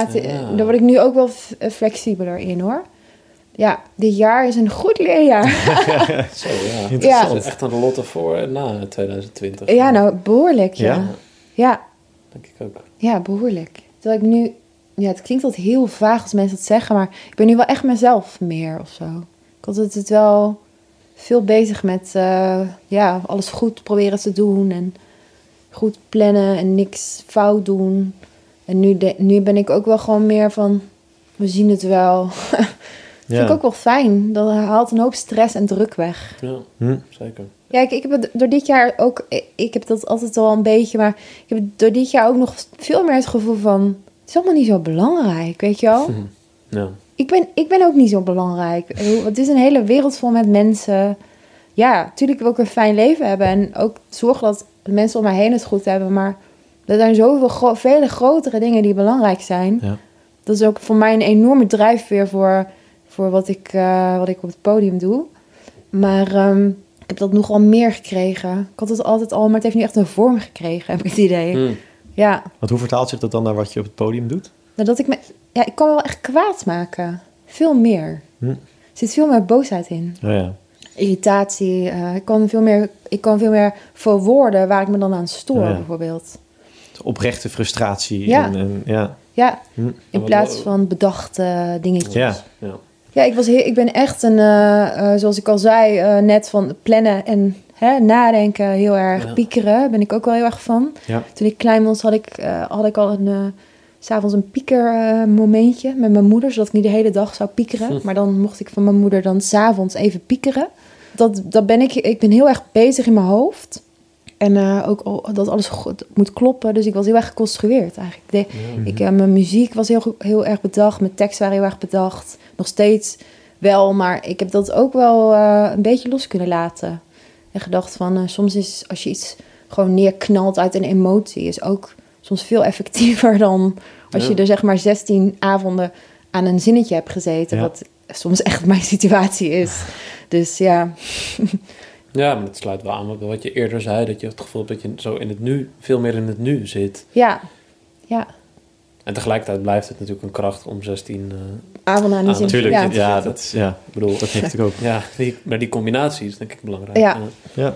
ik nu ook wel flexibeler in, hoor. Ja, dit jaar is een goed leerjaar. Zo, ja. Het is echt een lotte voor na 2020. Ja, nou, behoorlijk, ja. Denk ik ook. Ja, behoorlijk. Terwijl ik nu... Ja, het klinkt altijd heel vaag als mensen dat zeggen, maar ik ben nu wel echt mezelf meer of zo. Ik had het wel veel bezig met alles goed proberen te doen en goed plannen en niks fout doen. En nu ben ik ook wel gewoon meer van, we zien het wel. Vind ik ook wel fijn. Dat haalt een hoop stress en druk weg. Ja, zeker. Ja, ik heb het door dit jaar ook... Ik heb dat altijd al een beetje, maar ik heb door dit jaar ook nog veel meer het gevoel van, het is allemaal niet zo belangrijk, weet je wel? Ja. Ik ben ook niet zo belangrijk. Het is een hele wereld vol met mensen. Ja, natuurlijk wil ik een fijn leven hebben. En ook zorgen dat de mensen om mij heen het goed hebben. Maar er zijn zoveel vele grotere dingen die belangrijk zijn. Ja. Dat is ook voor mij een enorme drijfveer voor wat ik op het podium doe. Maar ik heb dat nogal meer gekregen. Ik had het altijd al, maar het heeft nu echt een vorm gekregen, heb ik het idee. Ja. Want hoe vertaalt zich dat dan naar wat je op het podium doet? Dat ik ik kan wel echt kwaad maken. Veel meer. Er zit veel meer boosheid in. Oh ja. Irritatie. Ik kan veel meer verwoorden waar ik me dan aan stoor, bijvoorbeeld. Oprechte frustratie. Ja. In plaats van bedachte dingetjes. Ja, ik ben echt zoals ik al zei, net van plannen en nadenken heel erg. Piekeren ben ik ook wel heel erg van. Ja. Toen ik klein was had ik al 's avonds een piekermomentje met mijn moeder, zodat ik niet de hele dag zou piekeren. Maar dan mocht ik van mijn moeder dan 's avonds even piekeren. Ik ben heel erg bezig in mijn hoofd. En ook dat alles goed moet kloppen. Dus ik was heel erg geconstrueerd eigenlijk. Mijn muziek was heel erg bedacht. Mijn teksten waren heel erg bedacht. Nog steeds wel, maar ik heb dat ook wel een beetje los kunnen laten. En gedacht van, soms is als je iets gewoon neerknalt uit een emotie, is ook soms veel effectiever dan als je er zeg maar 16 avonden aan een zinnetje hebt gezeten. Ja. Wat soms echt mijn situatie is. Dus ja. Ja, maar het sluit wel aan met wat je eerder zei. Dat je het gevoel hebt dat je zo in het nu, veel meer in het nu zit. Ja. En tegelijkertijd blijft het natuurlijk een kracht om 16 avonden aan die zin. Natuurlijk, ik bedoel, dat heeft natuurlijk ook. Ja, maar die combinatie is denk ik belangrijk. Ja.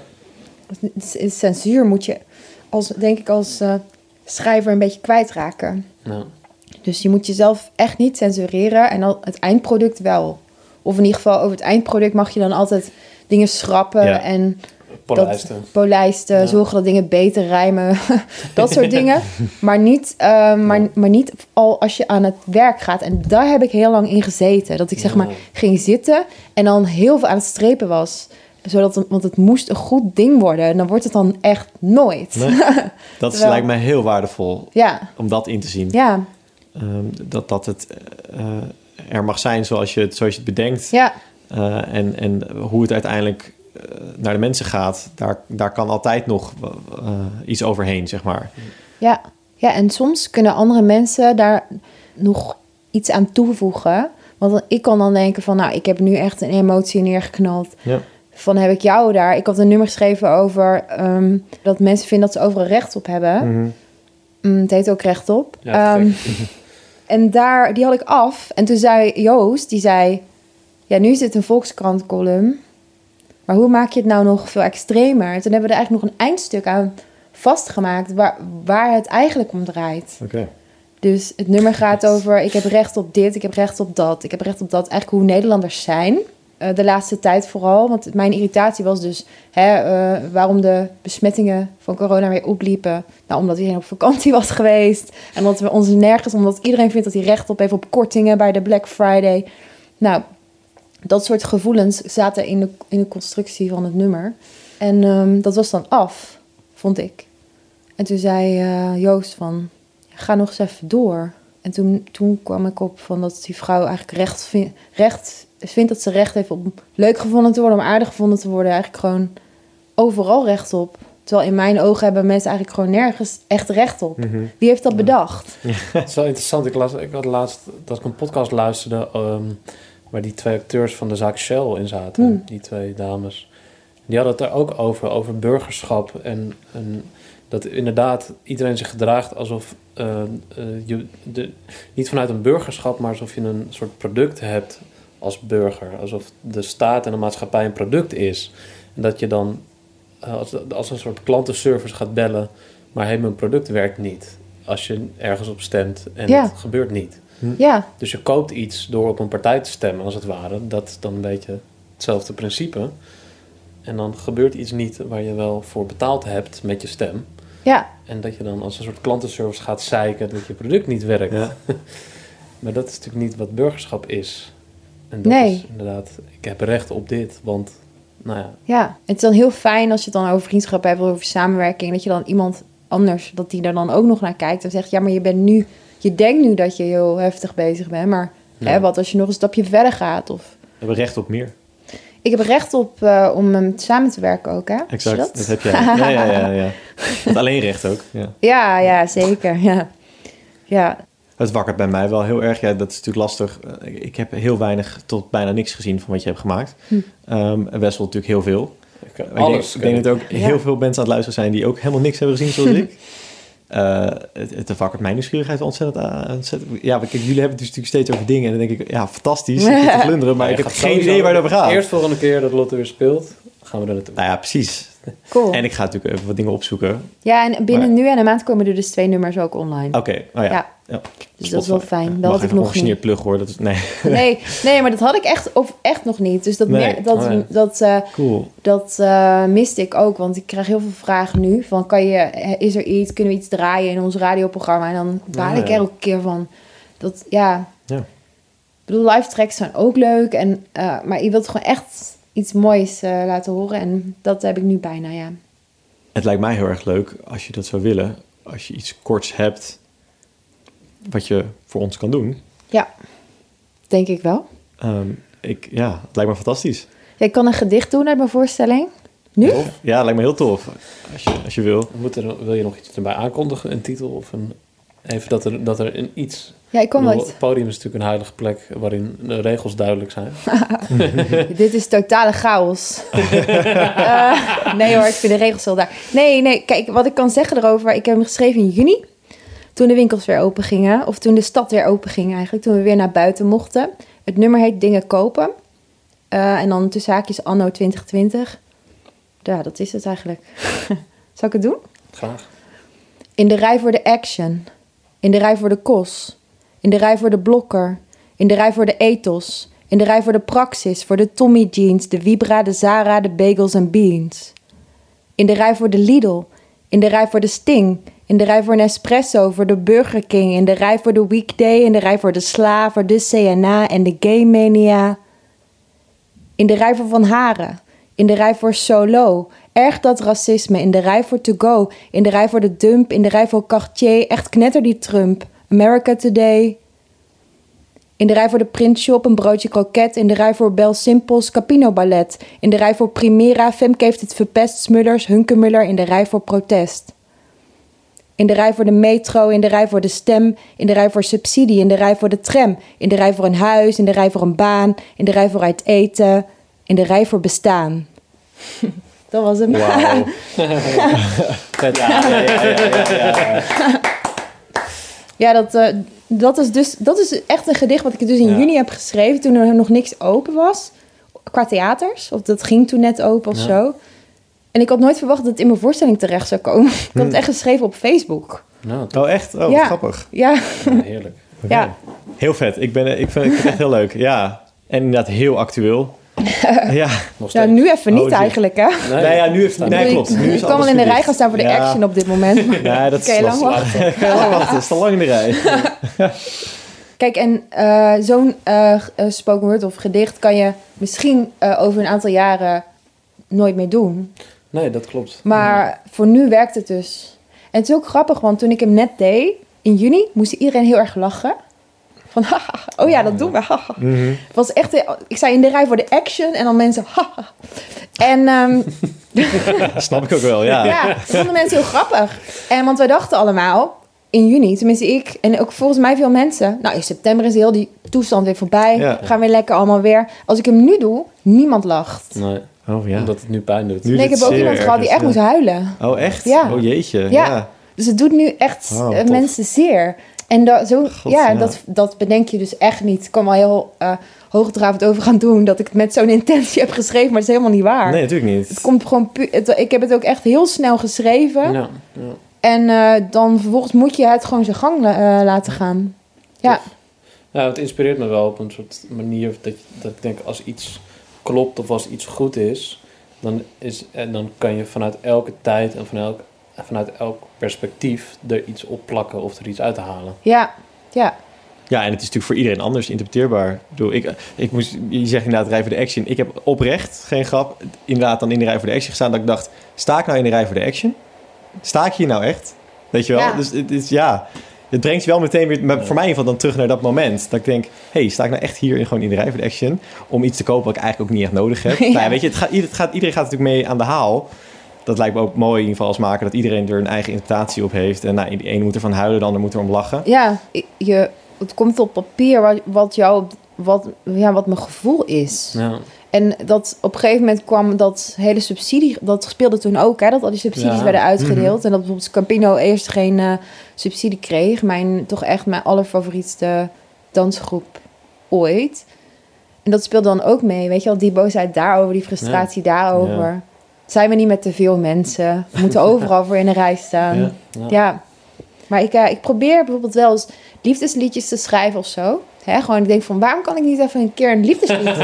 Censuur moet je denk ik als schrijver een beetje kwijtraken. Ja. Dus je moet jezelf echt niet censureren en dan het eindproduct wel. Of in ieder geval over het eindproduct mag je dan altijd dingen schrappen en polijsten, zorgen dat dingen beter rijmen, dat soort dingen. Maar niet al als je aan het werk gaat. En daar heb ik heel lang in gezeten. Dat ik zeg maar ging zitten en dan heel veel aan het strepen was. Want het moest een goed ding worden. En dan wordt het dan echt nooit. Nee, dat lijkt mij heel waardevol om dat in te zien. Ja. Dat het er mag zijn zoals je het bedenkt. Ja. En hoe het uiteindelijk naar de mensen gaat, daar kan altijd nog iets overheen, zeg maar. Ja, en soms kunnen andere mensen daar nog iets aan toevoegen. Want ik kan dan denken van, nou, ik heb nu echt een emotie neergeknald. Ja. Van, heb ik jou daar? Ik had een nummer geschreven over dat mensen vinden dat ze overal recht op hebben. Mm-hmm. Het heet ook recht op. Ja, en die had ik af. En toen zei Joost, die zei... Ja, nu is het een Volkskrant column. Maar hoe maak je het nou nog veel extremer? Toen hebben we er eigenlijk nog een eindstuk aan vastgemaakt... waar het eigenlijk om draait. Okay. Dus het nummer gaat over... ik heb recht op dit, ik heb recht op dat. Ik heb recht op dat. Eigenlijk hoe Nederlanders zijn... de laatste tijd vooral. Want mijn irritatie was dus... waarom de besmettingen van corona weer opliepen. Nou, omdat iedereen op vakantie was geweest. En omdat we ons nergens... omdat iedereen vindt dat hij recht op heeft op kortingen... bij de Black Friday. Nou, dat soort gevoelens zaten in de constructie van het nummer. En dat was dan af, vond ik. En toen zei Joost van... ga nog eens even door. En toen kwam ik op van dat die vrouw eigenlijk vindt dat ze recht heeft om leuk gevonden te worden, om aardig gevonden te worden. Eigenlijk gewoon overal recht op. Terwijl in mijn ogen hebben mensen eigenlijk gewoon nergens echt recht op. Mm-hmm. Wie heeft dat bedacht? Ja. Het is wel interessant. Ik had laatst dat ik een podcast luisterde... waar die 2 acteurs van de zaak Shell in zaten. Die 2 dames. Die hadden het er ook over burgerschap. En dat inderdaad iedereen zich gedraagt alsof... niet vanuit een burgerschap, maar alsof je een soort product hebt als burger. Alsof de staat en de maatschappij een product is. En dat je dan als een soort klantenservice gaat bellen... maar hey, mijn product werkt niet. Als je ergens op stemt en het gebeurt niet. Ja. Dus je koopt iets door op een partij te stemmen, als het ware. Dat is dan een beetje hetzelfde principe. En dan gebeurt iets niet waar je wel voor betaald hebt met je stem. Ja. En dat je dan als een soort klantenservice gaat zeiken dat je product niet werkt. Ja. Maar dat is natuurlijk niet wat burgerschap is. En dat is inderdaad, ik heb recht op dit, want, nou ja. Ja, het is dan heel fijn als je het dan over vriendschap hebt, of over samenwerking, dat je dan iemand anders, dat die er dan ook nog naar kijkt en zegt, ja, maar je denkt nu dat je heel heftig bezig bent, maar wat als je nog een stapje verder gaat? Of... We hebben recht op meer. Ik heb recht op om samen te werken ook, hè? Exact, dat heb jij. Ja. Met alleen recht ook. Ja, zeker. Ja. Het wakkert bij mij wel heel erg. Ja, dat is natuurlijk lastig. Ik heb heel weinig tot bijna niks gezien van wat je hebt gemaakt. En Wessel natuurlijk heel veel. Ik denk dat er ook heel veel mensen aan het luisteren zijn... die ook helemaal niks hebben gezien zoals ik. Het wakkert mijn nieuwsgierigheid ontzettend. Ja, kijk, jullie hebben het dus natuurlijk steeds over dingen... en dan denk ik, ja, fantastisch, te glunderen... maar ik heb geen idee waar het over gaat. Eerst volgende keer dat Lotte weer speelt, gaan we er naartoe. Nou ja, precies. Cool. En ik ga natuurlijk even wat dingen opzoeken. Ja, en binnen nu en een maand komen er dus 2 nummers ook online. Oké, ja. Dus dat is wel fijn. Dat had ik nog niet. Plug hoor. Dat is, nee, maar dat had ik echt nog niet. Dus cool. Dat miste ik ook. Want ik krijg heel veel vragen nu. Van, is er iets? Kunnen we iets draaien in ons radioprogramma? En dan baal ik er ook een keer van. Ik bedoel, live tracks zijn ook leuk. Maar je wilt gewoon echt iets moois laten horen. En dat heb ik nu bijna, ja. Het lijkt mij heel erg leuk als je dat zou willen. Als je iets korts hebt... wat je voor ons kan doen. Ja, denk ik wel. Het lijkt me fantastisch. Ja, ik kan een gedicht doen uit mijn voorstelling. Nu? Tof. Ja, lijkt me heel tof. Als je wil. Wil je nog iets erbij aankondigen? Een titel of even dat er een iets... Ja, ik kom wel. Het podium is natuurlijk een heilige plek waarin de regels duidelijk zijn. Dit is totale chaos. Nee hoor, ik vind de regels wel daar. Nee, kijk, wat ik kan zeggen erover... Ik heb hem geschreven in juni... Toen de winkels weer open gingen, of toen de stad weer open ging eigenlijk, toen we weer naar buiten mochten. Het nummer heet Dingen Kopen. En dan tussen haakjes anno 2020. Ja, dat is het eigenlijk. Zal ik het doen? Graag. In de rij voor de Action. In de rij voor de KOS. In de rij voor de Blokker. In de rij voor de Ethos. In de rij voor de Praxis. Voor de Tommy Jeans, de Vibra, de Zara, de Bagels en Beans. In de rij voor de Lidl. In de rij voor de Sting. In de rij voor Nespresso, voor de Burger King. In de rij voor de Weekday. In de rij voor de Sla, voor de CNA en de Gay Mania. In de rij voor Van Haren. In de rij voor Solo. Erg dat racisme. In de rij voor To Go. In de rij voor de Dump. In de rij voor Cartier. Echt knetter die Trump. America Today. In de rij voor de Print Shop een broodje kroket. In de rij voor Bel Simples Capino Ballet. In de rij voor Primera Femke heeft het verpest. Smullers Hunkemuller in de rij voor Protest. In de rij voor de metro, in de rij voor de stem, in de rij voor subsidie, in de rij voor de tram, in de rij voor een huis, in de rij voor een baan, in de rij voor uit eten, in de rij voor bestaan. Dat was hem. Wauw. Ja, dat is echt een gedicht wat ik dus in juni heb geschreven toen er nog niks open was. Qua theaters. Of dat ging toen net open of zo. En ik had nooit verwacht dat het in mijn voorstelling terecht zou komen. Ik had het echt geschreven op Facebook. Oh, echt? Oh, wat grappig. Ja. Heerlijk. Okay. Ja. Heel vet. Ik vind het echt heel leuk. Ja. En inderdaad heel actueel. Ja. Nou, nu even niet eigenlijk, hè? Nee, nu even niet. Nee, klopt. Nu ik kan wel in de rij gaan staan voor de action op dit moment. Nee, dat is lang wachten. Het is al lang in de rij. Kijk, en zo'n spoken word of gedicht kan je misschien over een aantal jaren nooit meer doen. Nee, dat klopt. Maar voor nu werkt het dus. En het is ook grappig, want toen ik hem net deed, in juni, moest iedereen heel erg lachen. Van, oh ja, dat doen we. Het was echt, ik zei in de rij voor de action en dan mensen, En snap ik ook wel, ja. Ja, dat vonden mensen heel grappig. En want wij dachten allemaal, in juni, tenminste ik en ook volgens mij veel mensen, nou in september is heel die toestand weer voorbij. Ja. Gaan weer lekker allemaal weer. Als ik hem nu doe, niemand lacht. Nee. Oh ja. Omdat het nu pijn doet. Nee, ik heb ook iemand gehad die echt moest huilen. Oh echt? Ja. Oh jeetje. Ja. Dus het doet nu echt mensen zeer. En dat bedenk je dus echt niet. Ik kan wel heel hoogdravend over gaan doen dat ik het met zo'n intentie heb geschreven, maar het is helemaal niet waar. Nee, natuurlijk niet. Het komt gewoon ik heb het ook echt heel snel geschreven. Ja. En dan vervolgens moet je het gewoon zijn gang laten gaan. Ja. Ja, het inspireert me wel op een soort manier dat ik denk, als iets klopt of als iets goed is, dan kan je vanuit elke tijd en vanuit elk perspectief er iets op plakken of er iets uit te halen. Ja. Ja, en het is natuurlijk voor iedereen anders interpreteerbaar. Je zegt inderdaad rij voor de action. Ik heb oprecht, geen grap, inderdaad dan in de rij voor de action gestaan, dat ik dacht, sta ik nou in de rij voor de action? Sta ik hier nou echt? Weet je wel? Ja. Dus het brengt je wel meteen weer, voor mij in ieder geval dan terug naar dat moment. Dat ik denk, sta ik nou echt hier gewoon in de rij voor de action om iets te kopen wat ik eigenlijk ook niet echt nodig heb? Ja. Nou, weet je, iedereen gaat natuurlijk mee aan de haal. Dat lijkt me ook mooi in ieder geval als maker, dat iedereen er een eigen interpretatie op heeft. En de ene moet ervan huilen, de ander moet erom lachen. Ja, het komt op papier wat mijn gevoel is. Ja. En dat op een gegeven moment kwam dat hele subsidie, dat speelde toen ook, hè, dat al die subsidies werden uitgedeeld. En dat bijvoorbeeld Campino eerst geen subsidie kreeg. Mijn allerfavorietste dansgroep ooit. En dat speelde dan ook mee, weet je wel, die boosheid daarover, die frustratie daarover. Ja. Zijn we niet met te veel mensen? We moeten overal voor in de rij staan. Ja. Maar ik probeer bijvoorbeeld wel eens liefdesliedjes te schrijven of zo. Gewoon, ik denk van, waarom kan ik niet even een keer een liefdeslied?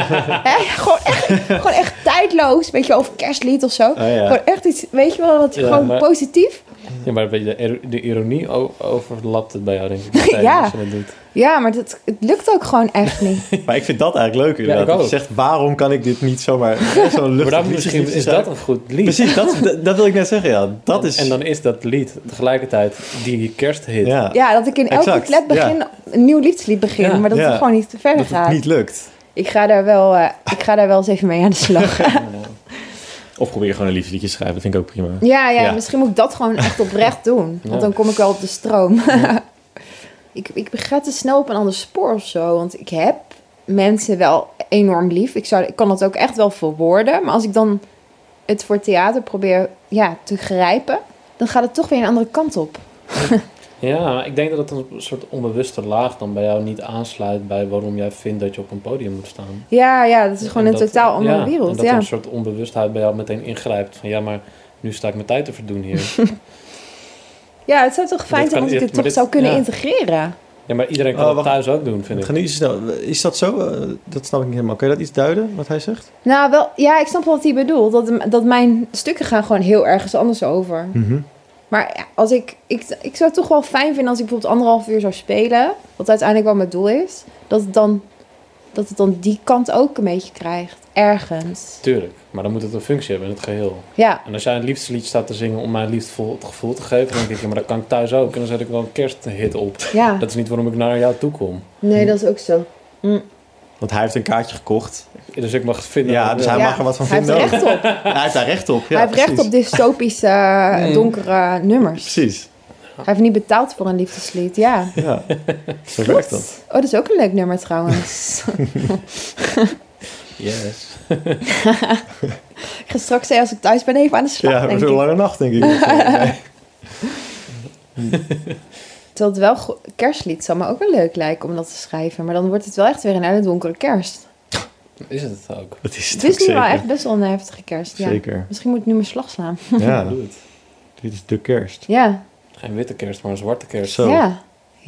Gewoon echt tijdloos, weet je, over kerstlied of zo. Oh, ja. Gewoon echt iets, weet je wel, wat gewoon positief. Ja, maar de ironie overlapt het bij jou, denk ik. Ja. Als je dat doet. Ja, maar het lukt ook gewoon echt niet. Maar ik vind dat eigenlijk leuk inderdaad. Ja, dat je zegt, waarom kan ik dit niet zomaar zo'n luchtig maar dan misschien is dat een goed lied. Precies, dat wil ik net zeggen, ja. En dan is dat lied tegelijkertijd die kersthit. Ja, dat ik in elke couplet begin, een nieuw liefdeslied begin, maar dat het gewoon niet te verder gaat. Dat het niet lukt. Ik ga daar wel eens even mee aan de slag. Of probeer gewoon een liefdesliedje te schrijven, dat vind ik ook prima. Ja, misschien moet ik dat gewoon echt oprecht doen. Want dan kom ik wel op de stroom. Ik ga te snel op een ander spoor of zo. Want ik heb mensen wel enorm lief. Ik kan dat ook echt wel verwoorden. Maar als ik dan het voor theater probeer te grijpen, dan gaat het toch weer een andere kant op. Ja, ik denk dat het een soort onbewuste laag dan bij jou niet aansluit bij waarom jij vindt dat je op een podium moet staan. Ja, dat is gewoon een totaal andere wereld. En dat er een soort onbewustheid bij jou meteen ingrijpt van maar nu sta ik mijn tijd te verdoen hier. Ja, het zou toch fijn zijn als ik het toch zou kunnen integreren. Ja, maar iedereen kan het thuis ook doen, vind ik. Ga niet snel. Is dat zo? Dat snap ik niet helemaal. Kun je dat iets duiden, wat hij zegt? Nou, wel, ik snap wel wat hij bedoelt. Dat mijn stukken gaan gewoon heel ergens anders over. Mm-hmm. Maar als ik zou het toch wel fijn vinden als ik bijvoorbeeld 1,5 uur zou spelen, wat uiteindelijk wel mijn doel is, dat het dan die kant ook een beetje krijgt. Ergens. Tuurlijk, maar dan moet het een functie hebben in het geheel. Ja. En als jij een liefdeslied staat te zingen om mij liefdevol het gevoel te geven, dan denk ik, maar dat kan ik thuis ook. En dan zet ik wel een kersthit op. Ja. Dat is niet waarom ik naar jou toe kom. Nee, dat is ook zo. Want hij heeft een kaartje gekocht. Dus ik mag het vinden. Ja, dus hij mag er wat van vinden. Hij heeft recht op. Hij heeft daar recht op. Ja, hij heeft recht op dystopische, donkere nummers. Precies. Hij heeft niet betaald voor een liefdeslied, ja. Ja, zo werkt dat. Oh, dat is ook een leuk nummer trouwens. Yes. Ik ga straks als ik thuis ben even aan de slag, ja, zo'n lange nacht, denk ik. Terwijl het wel kerstlied zou me ook wel leuk lijken om dat te schrijven. Maar dan wordt het wel echt weer een hele donkere kerst. Is het ook? Dat is het is nu wel echt best wel een heftige kerst. Ja. Zeker. Misschien moet ik nu mijn slag slaan. Ja, doe het. Dit is de kerst. Ja. Geen witte kerst, maar een zwarte kerst. Zo. Ja.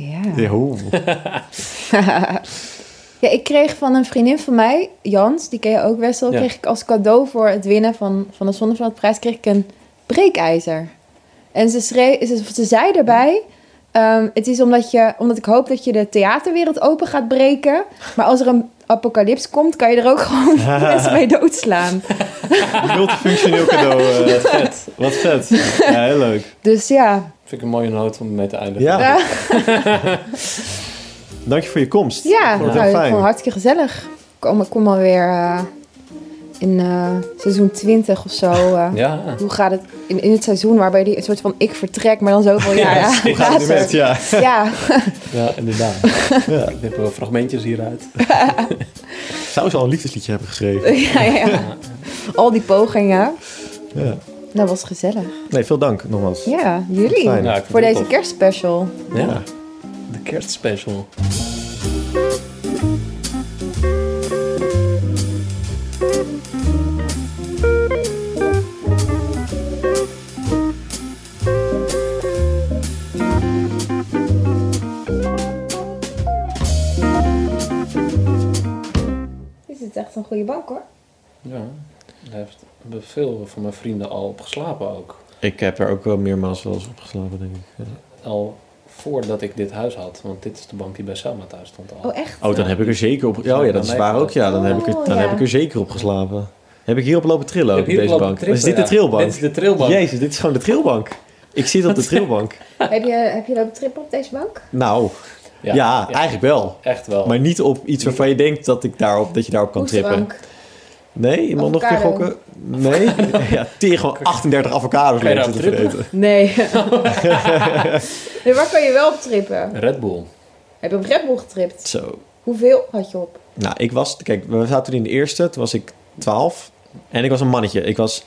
Ja, ik kreeg van een vriendin van mij, Jans, die ken je ook best wel, kreeg ik als cadeau voor het winnen van de Zonneveld-prijs, kreeg ik een breekijzer. En ze zei daarbij, het is omdat ik hoop dat je de theaterwereld open gaat breken, maar als er een apocalyps komt, kan je er ook gewoon mensen mee doodslaan. Multifunctioneel cadeau. Vet. Wat vet. Ja, heel leuk. Dus ja. Vind ik een mooie noot om mee te eindigen. Ja. Dank je voor je komst. Ja, ik vond het hartstikke gezellig. Ik kom alweer in seizoen 20 of zo. Hoe gaat het in het seizoen waarbij die een soort van ik vertrek, maar dan zoveel jaar hoe gaat het met? Ja, inderdaad. Ja. Ik heb wel fragmentjes hieruit. Zou ze al een liefdesliedje hebben geschreven? Ja. Al die pogingen. Ja. Dat was gezellig. Nee, veel dank nogmaals. Ja, jullie. Voor deze kerstspecial. Ja, de kerstspecial. Dit is echt een goede bank, hoor. Ja, daar hebben veel van mijn vrienden al op geslapen ook. Ik heb er ook wel meermaals wel eens op geslapen, denk ik. Ja. Al voordat ik dit huis had, want dit is de bank die bij Selma thuis stond al. Oh, echt? Oh, dan heb ik er zeker op... Oh ja, dat is waar ook. Ja, dan heb ik er zeker op geslapen. Heb ik hierop lopen trillen ook op deze bank? Is dit de trilbank? Dit is de trilbank. Jezus, dit is gewoon de trilbank. Ik zit op de trilbank. Heb je lopen trippen op deze bank? Nou, ja, eigenlijk wel. Echt wel. Maar niet op iets waarvan je denkt dat je daarop kan trippen. Nee, je mag nog een keer gokken. Nee? Ja, tegen gewoon 38 avocados leeg zitten vergeten. Nee. Nee, waar kan je wel op trippen? Red Bull. Heb je op Red Bull getript? Zo. Hoeveel had je op? Nou, we zaten toen in de eerste, toen was ik 12. En ik was een mannetje. Ik was 1,55.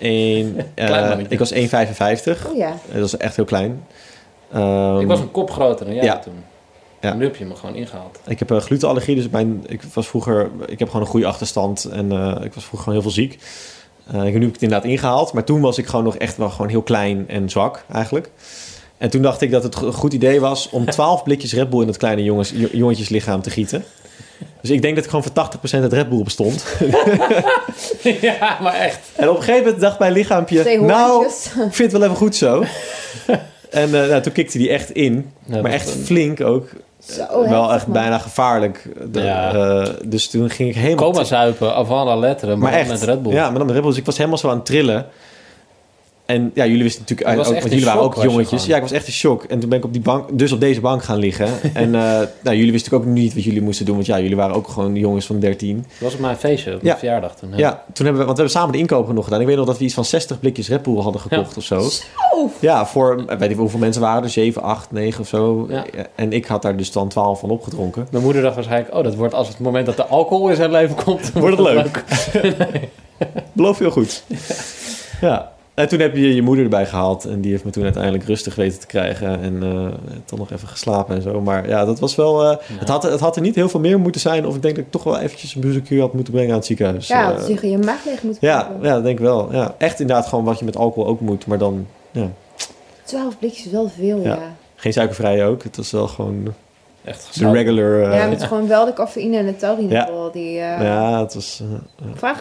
Oh ja. Dat was echt heel klein. Ik was een kop groter dan jij toen. Ja. Nu heb je me gewoon ingehaald. Ik heb glutenallergie, dus ik heb gewoon een goede achterstand. En ik was vroeger gewoon heel veel ziek. Nu heb ik het inderdaad ingehaald. Maar toen was ik gewoon nog echt wel gewoon heel klein en zwak eigenlijk. En toen dacht ik dat het een goed idee was om 12 blikjes Red Bull in dat kleine jongetjeslichaam te gieten. Dus ik denk dat ik gewoon voor 80% uit Red Bull bestond. Ja, maar echt. En op een gegeven moment dacht mijn lichaampje... Nou, ik vind het wel even goed zo. En toen kikte die echt in. Ja, maar echt flink ook. Zo, wel echt bijna gevaarlijk. Dus toen ging ik helemaal... Coma zuipen, avant la lettre, maar echt, met Red Bull. Ja, maar dan met Red Bull. Dus ik was helemaal zo aan het trillen. En ja, jullie wisten natuurlijk ook, want jullie waren ook jongetjes. Ja, ik was echt in shock. En toen ben ik op deze bank gaan liggen. En jullie wisten ook niet wat jullie moesten doen. Want ja, jullie waren ook gewoon jongens van 13. Dat was op mijn feestje, op mijn verjaardag toen. Ja, toen hebben we samen de inkopen nog gedaan. Ik weet nog dat we iets van 60 blikjes Red Bull hadden gekocht of zo. Ja, voor, weet ik hoeveel mensen waren er, 7, 8, 9 of zo. Ja. En ik had daar dus dan 12 van opgedronken. Mijn moeder dacht waarschijnlijk, dat wordt als het moment dat de alcohol in zijn leven komt, wordt het leuk. Nee. Beloof heel goed. Ja. En toen heb je je moeder erbij gehaald. En die heeft me toen uiteindelijk rustig weten te krijgen. En toch nog even geslapen en zo. Maar ja, dat was wel... Het had er niet heel veel meer moeten zijn. Of ik denk dat ik toch wel eventjes een bezoekje had moeten brengen aan het ziekenhuis. Ja, dat je maag leeg moet kopen. Ja, dat denk ik wel. Ja. Echt inderdaad gewoon wat je met alcohol ook moet. Maar dan... Ja. 12 blikjes is wel veel, ja. Geen suikervrij ook. Het was wel gewoon... Echt de regular... ja, het is gewoon wel de cafeïne en de taurine. Ja, het was... Ik vraag...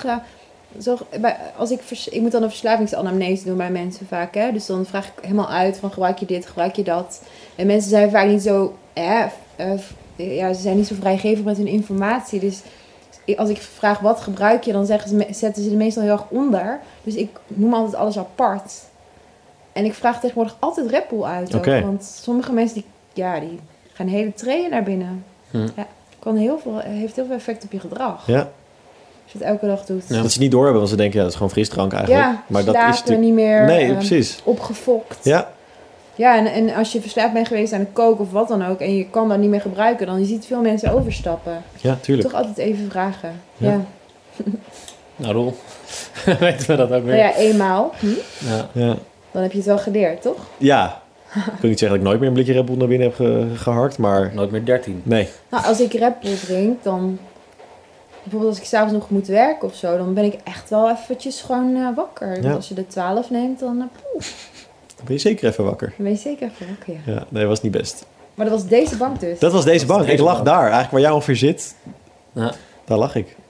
ik moet dan een verslavingsanamnese doen bij mensen vaak. Hè? Dus dan vraag ik helemaal uit van gebruik je dit, gebruik je dat. En mensen zijn vaak niet zo... ze zijn niet zo vrijgevig met hun informatie. Dus als ik vraag wat gebruik je, dan zetten ze er meestal heel erg onder. Dus ik noem altijd alles apart. En ik vraag tegenwoordig altijd Red Bull uit. Okay. Want sommige mensen die gaan hele trainen naar binnen. Ja, heeft heel veel effect op je gedrag. Ja. Als je het elke dag doet. Ja. Dat ze niet doorhebben, want ze denken, dat is gewoon frisdrank eigenlijk. Ja, maar dat is niet meer precies. opgefokt. Ja. Ja, en als je verslaafd bent geweest aan het koken of wat dan ook... en je kan dat niet meer gebruiken... dan je ziet veel mensen overstappen. Ja, tuurlijk. Toch altijd even vragen. Ja. Nou, Roel, weten we dat ook weer? Nou ja, eenmaal. Ja. Dan heb je het wel geleerd, toch? Ja. Ik wil niet zeggen dat ik nooit meer een blikje Red Bull naar binnen heb geharkt, maar... Nooit meer 13. Nee. Nou, als ik Red Bull drink, dan... Bijvoorbeeld als ik s'avonds nog moet werken of zo... dan ben ik echt wel eventjes gewoon wakker. Want als je de 12 neemt, dan... Dan ben je zeker even wakker. Dan ben je zeker even wakker, ja. Nee, dat was niet best. Maar dat was deze bank dus. Dat was deze bank. Ik lag daar. Eigenlijk waar jij ongeveer zit, ja. daar lag ik.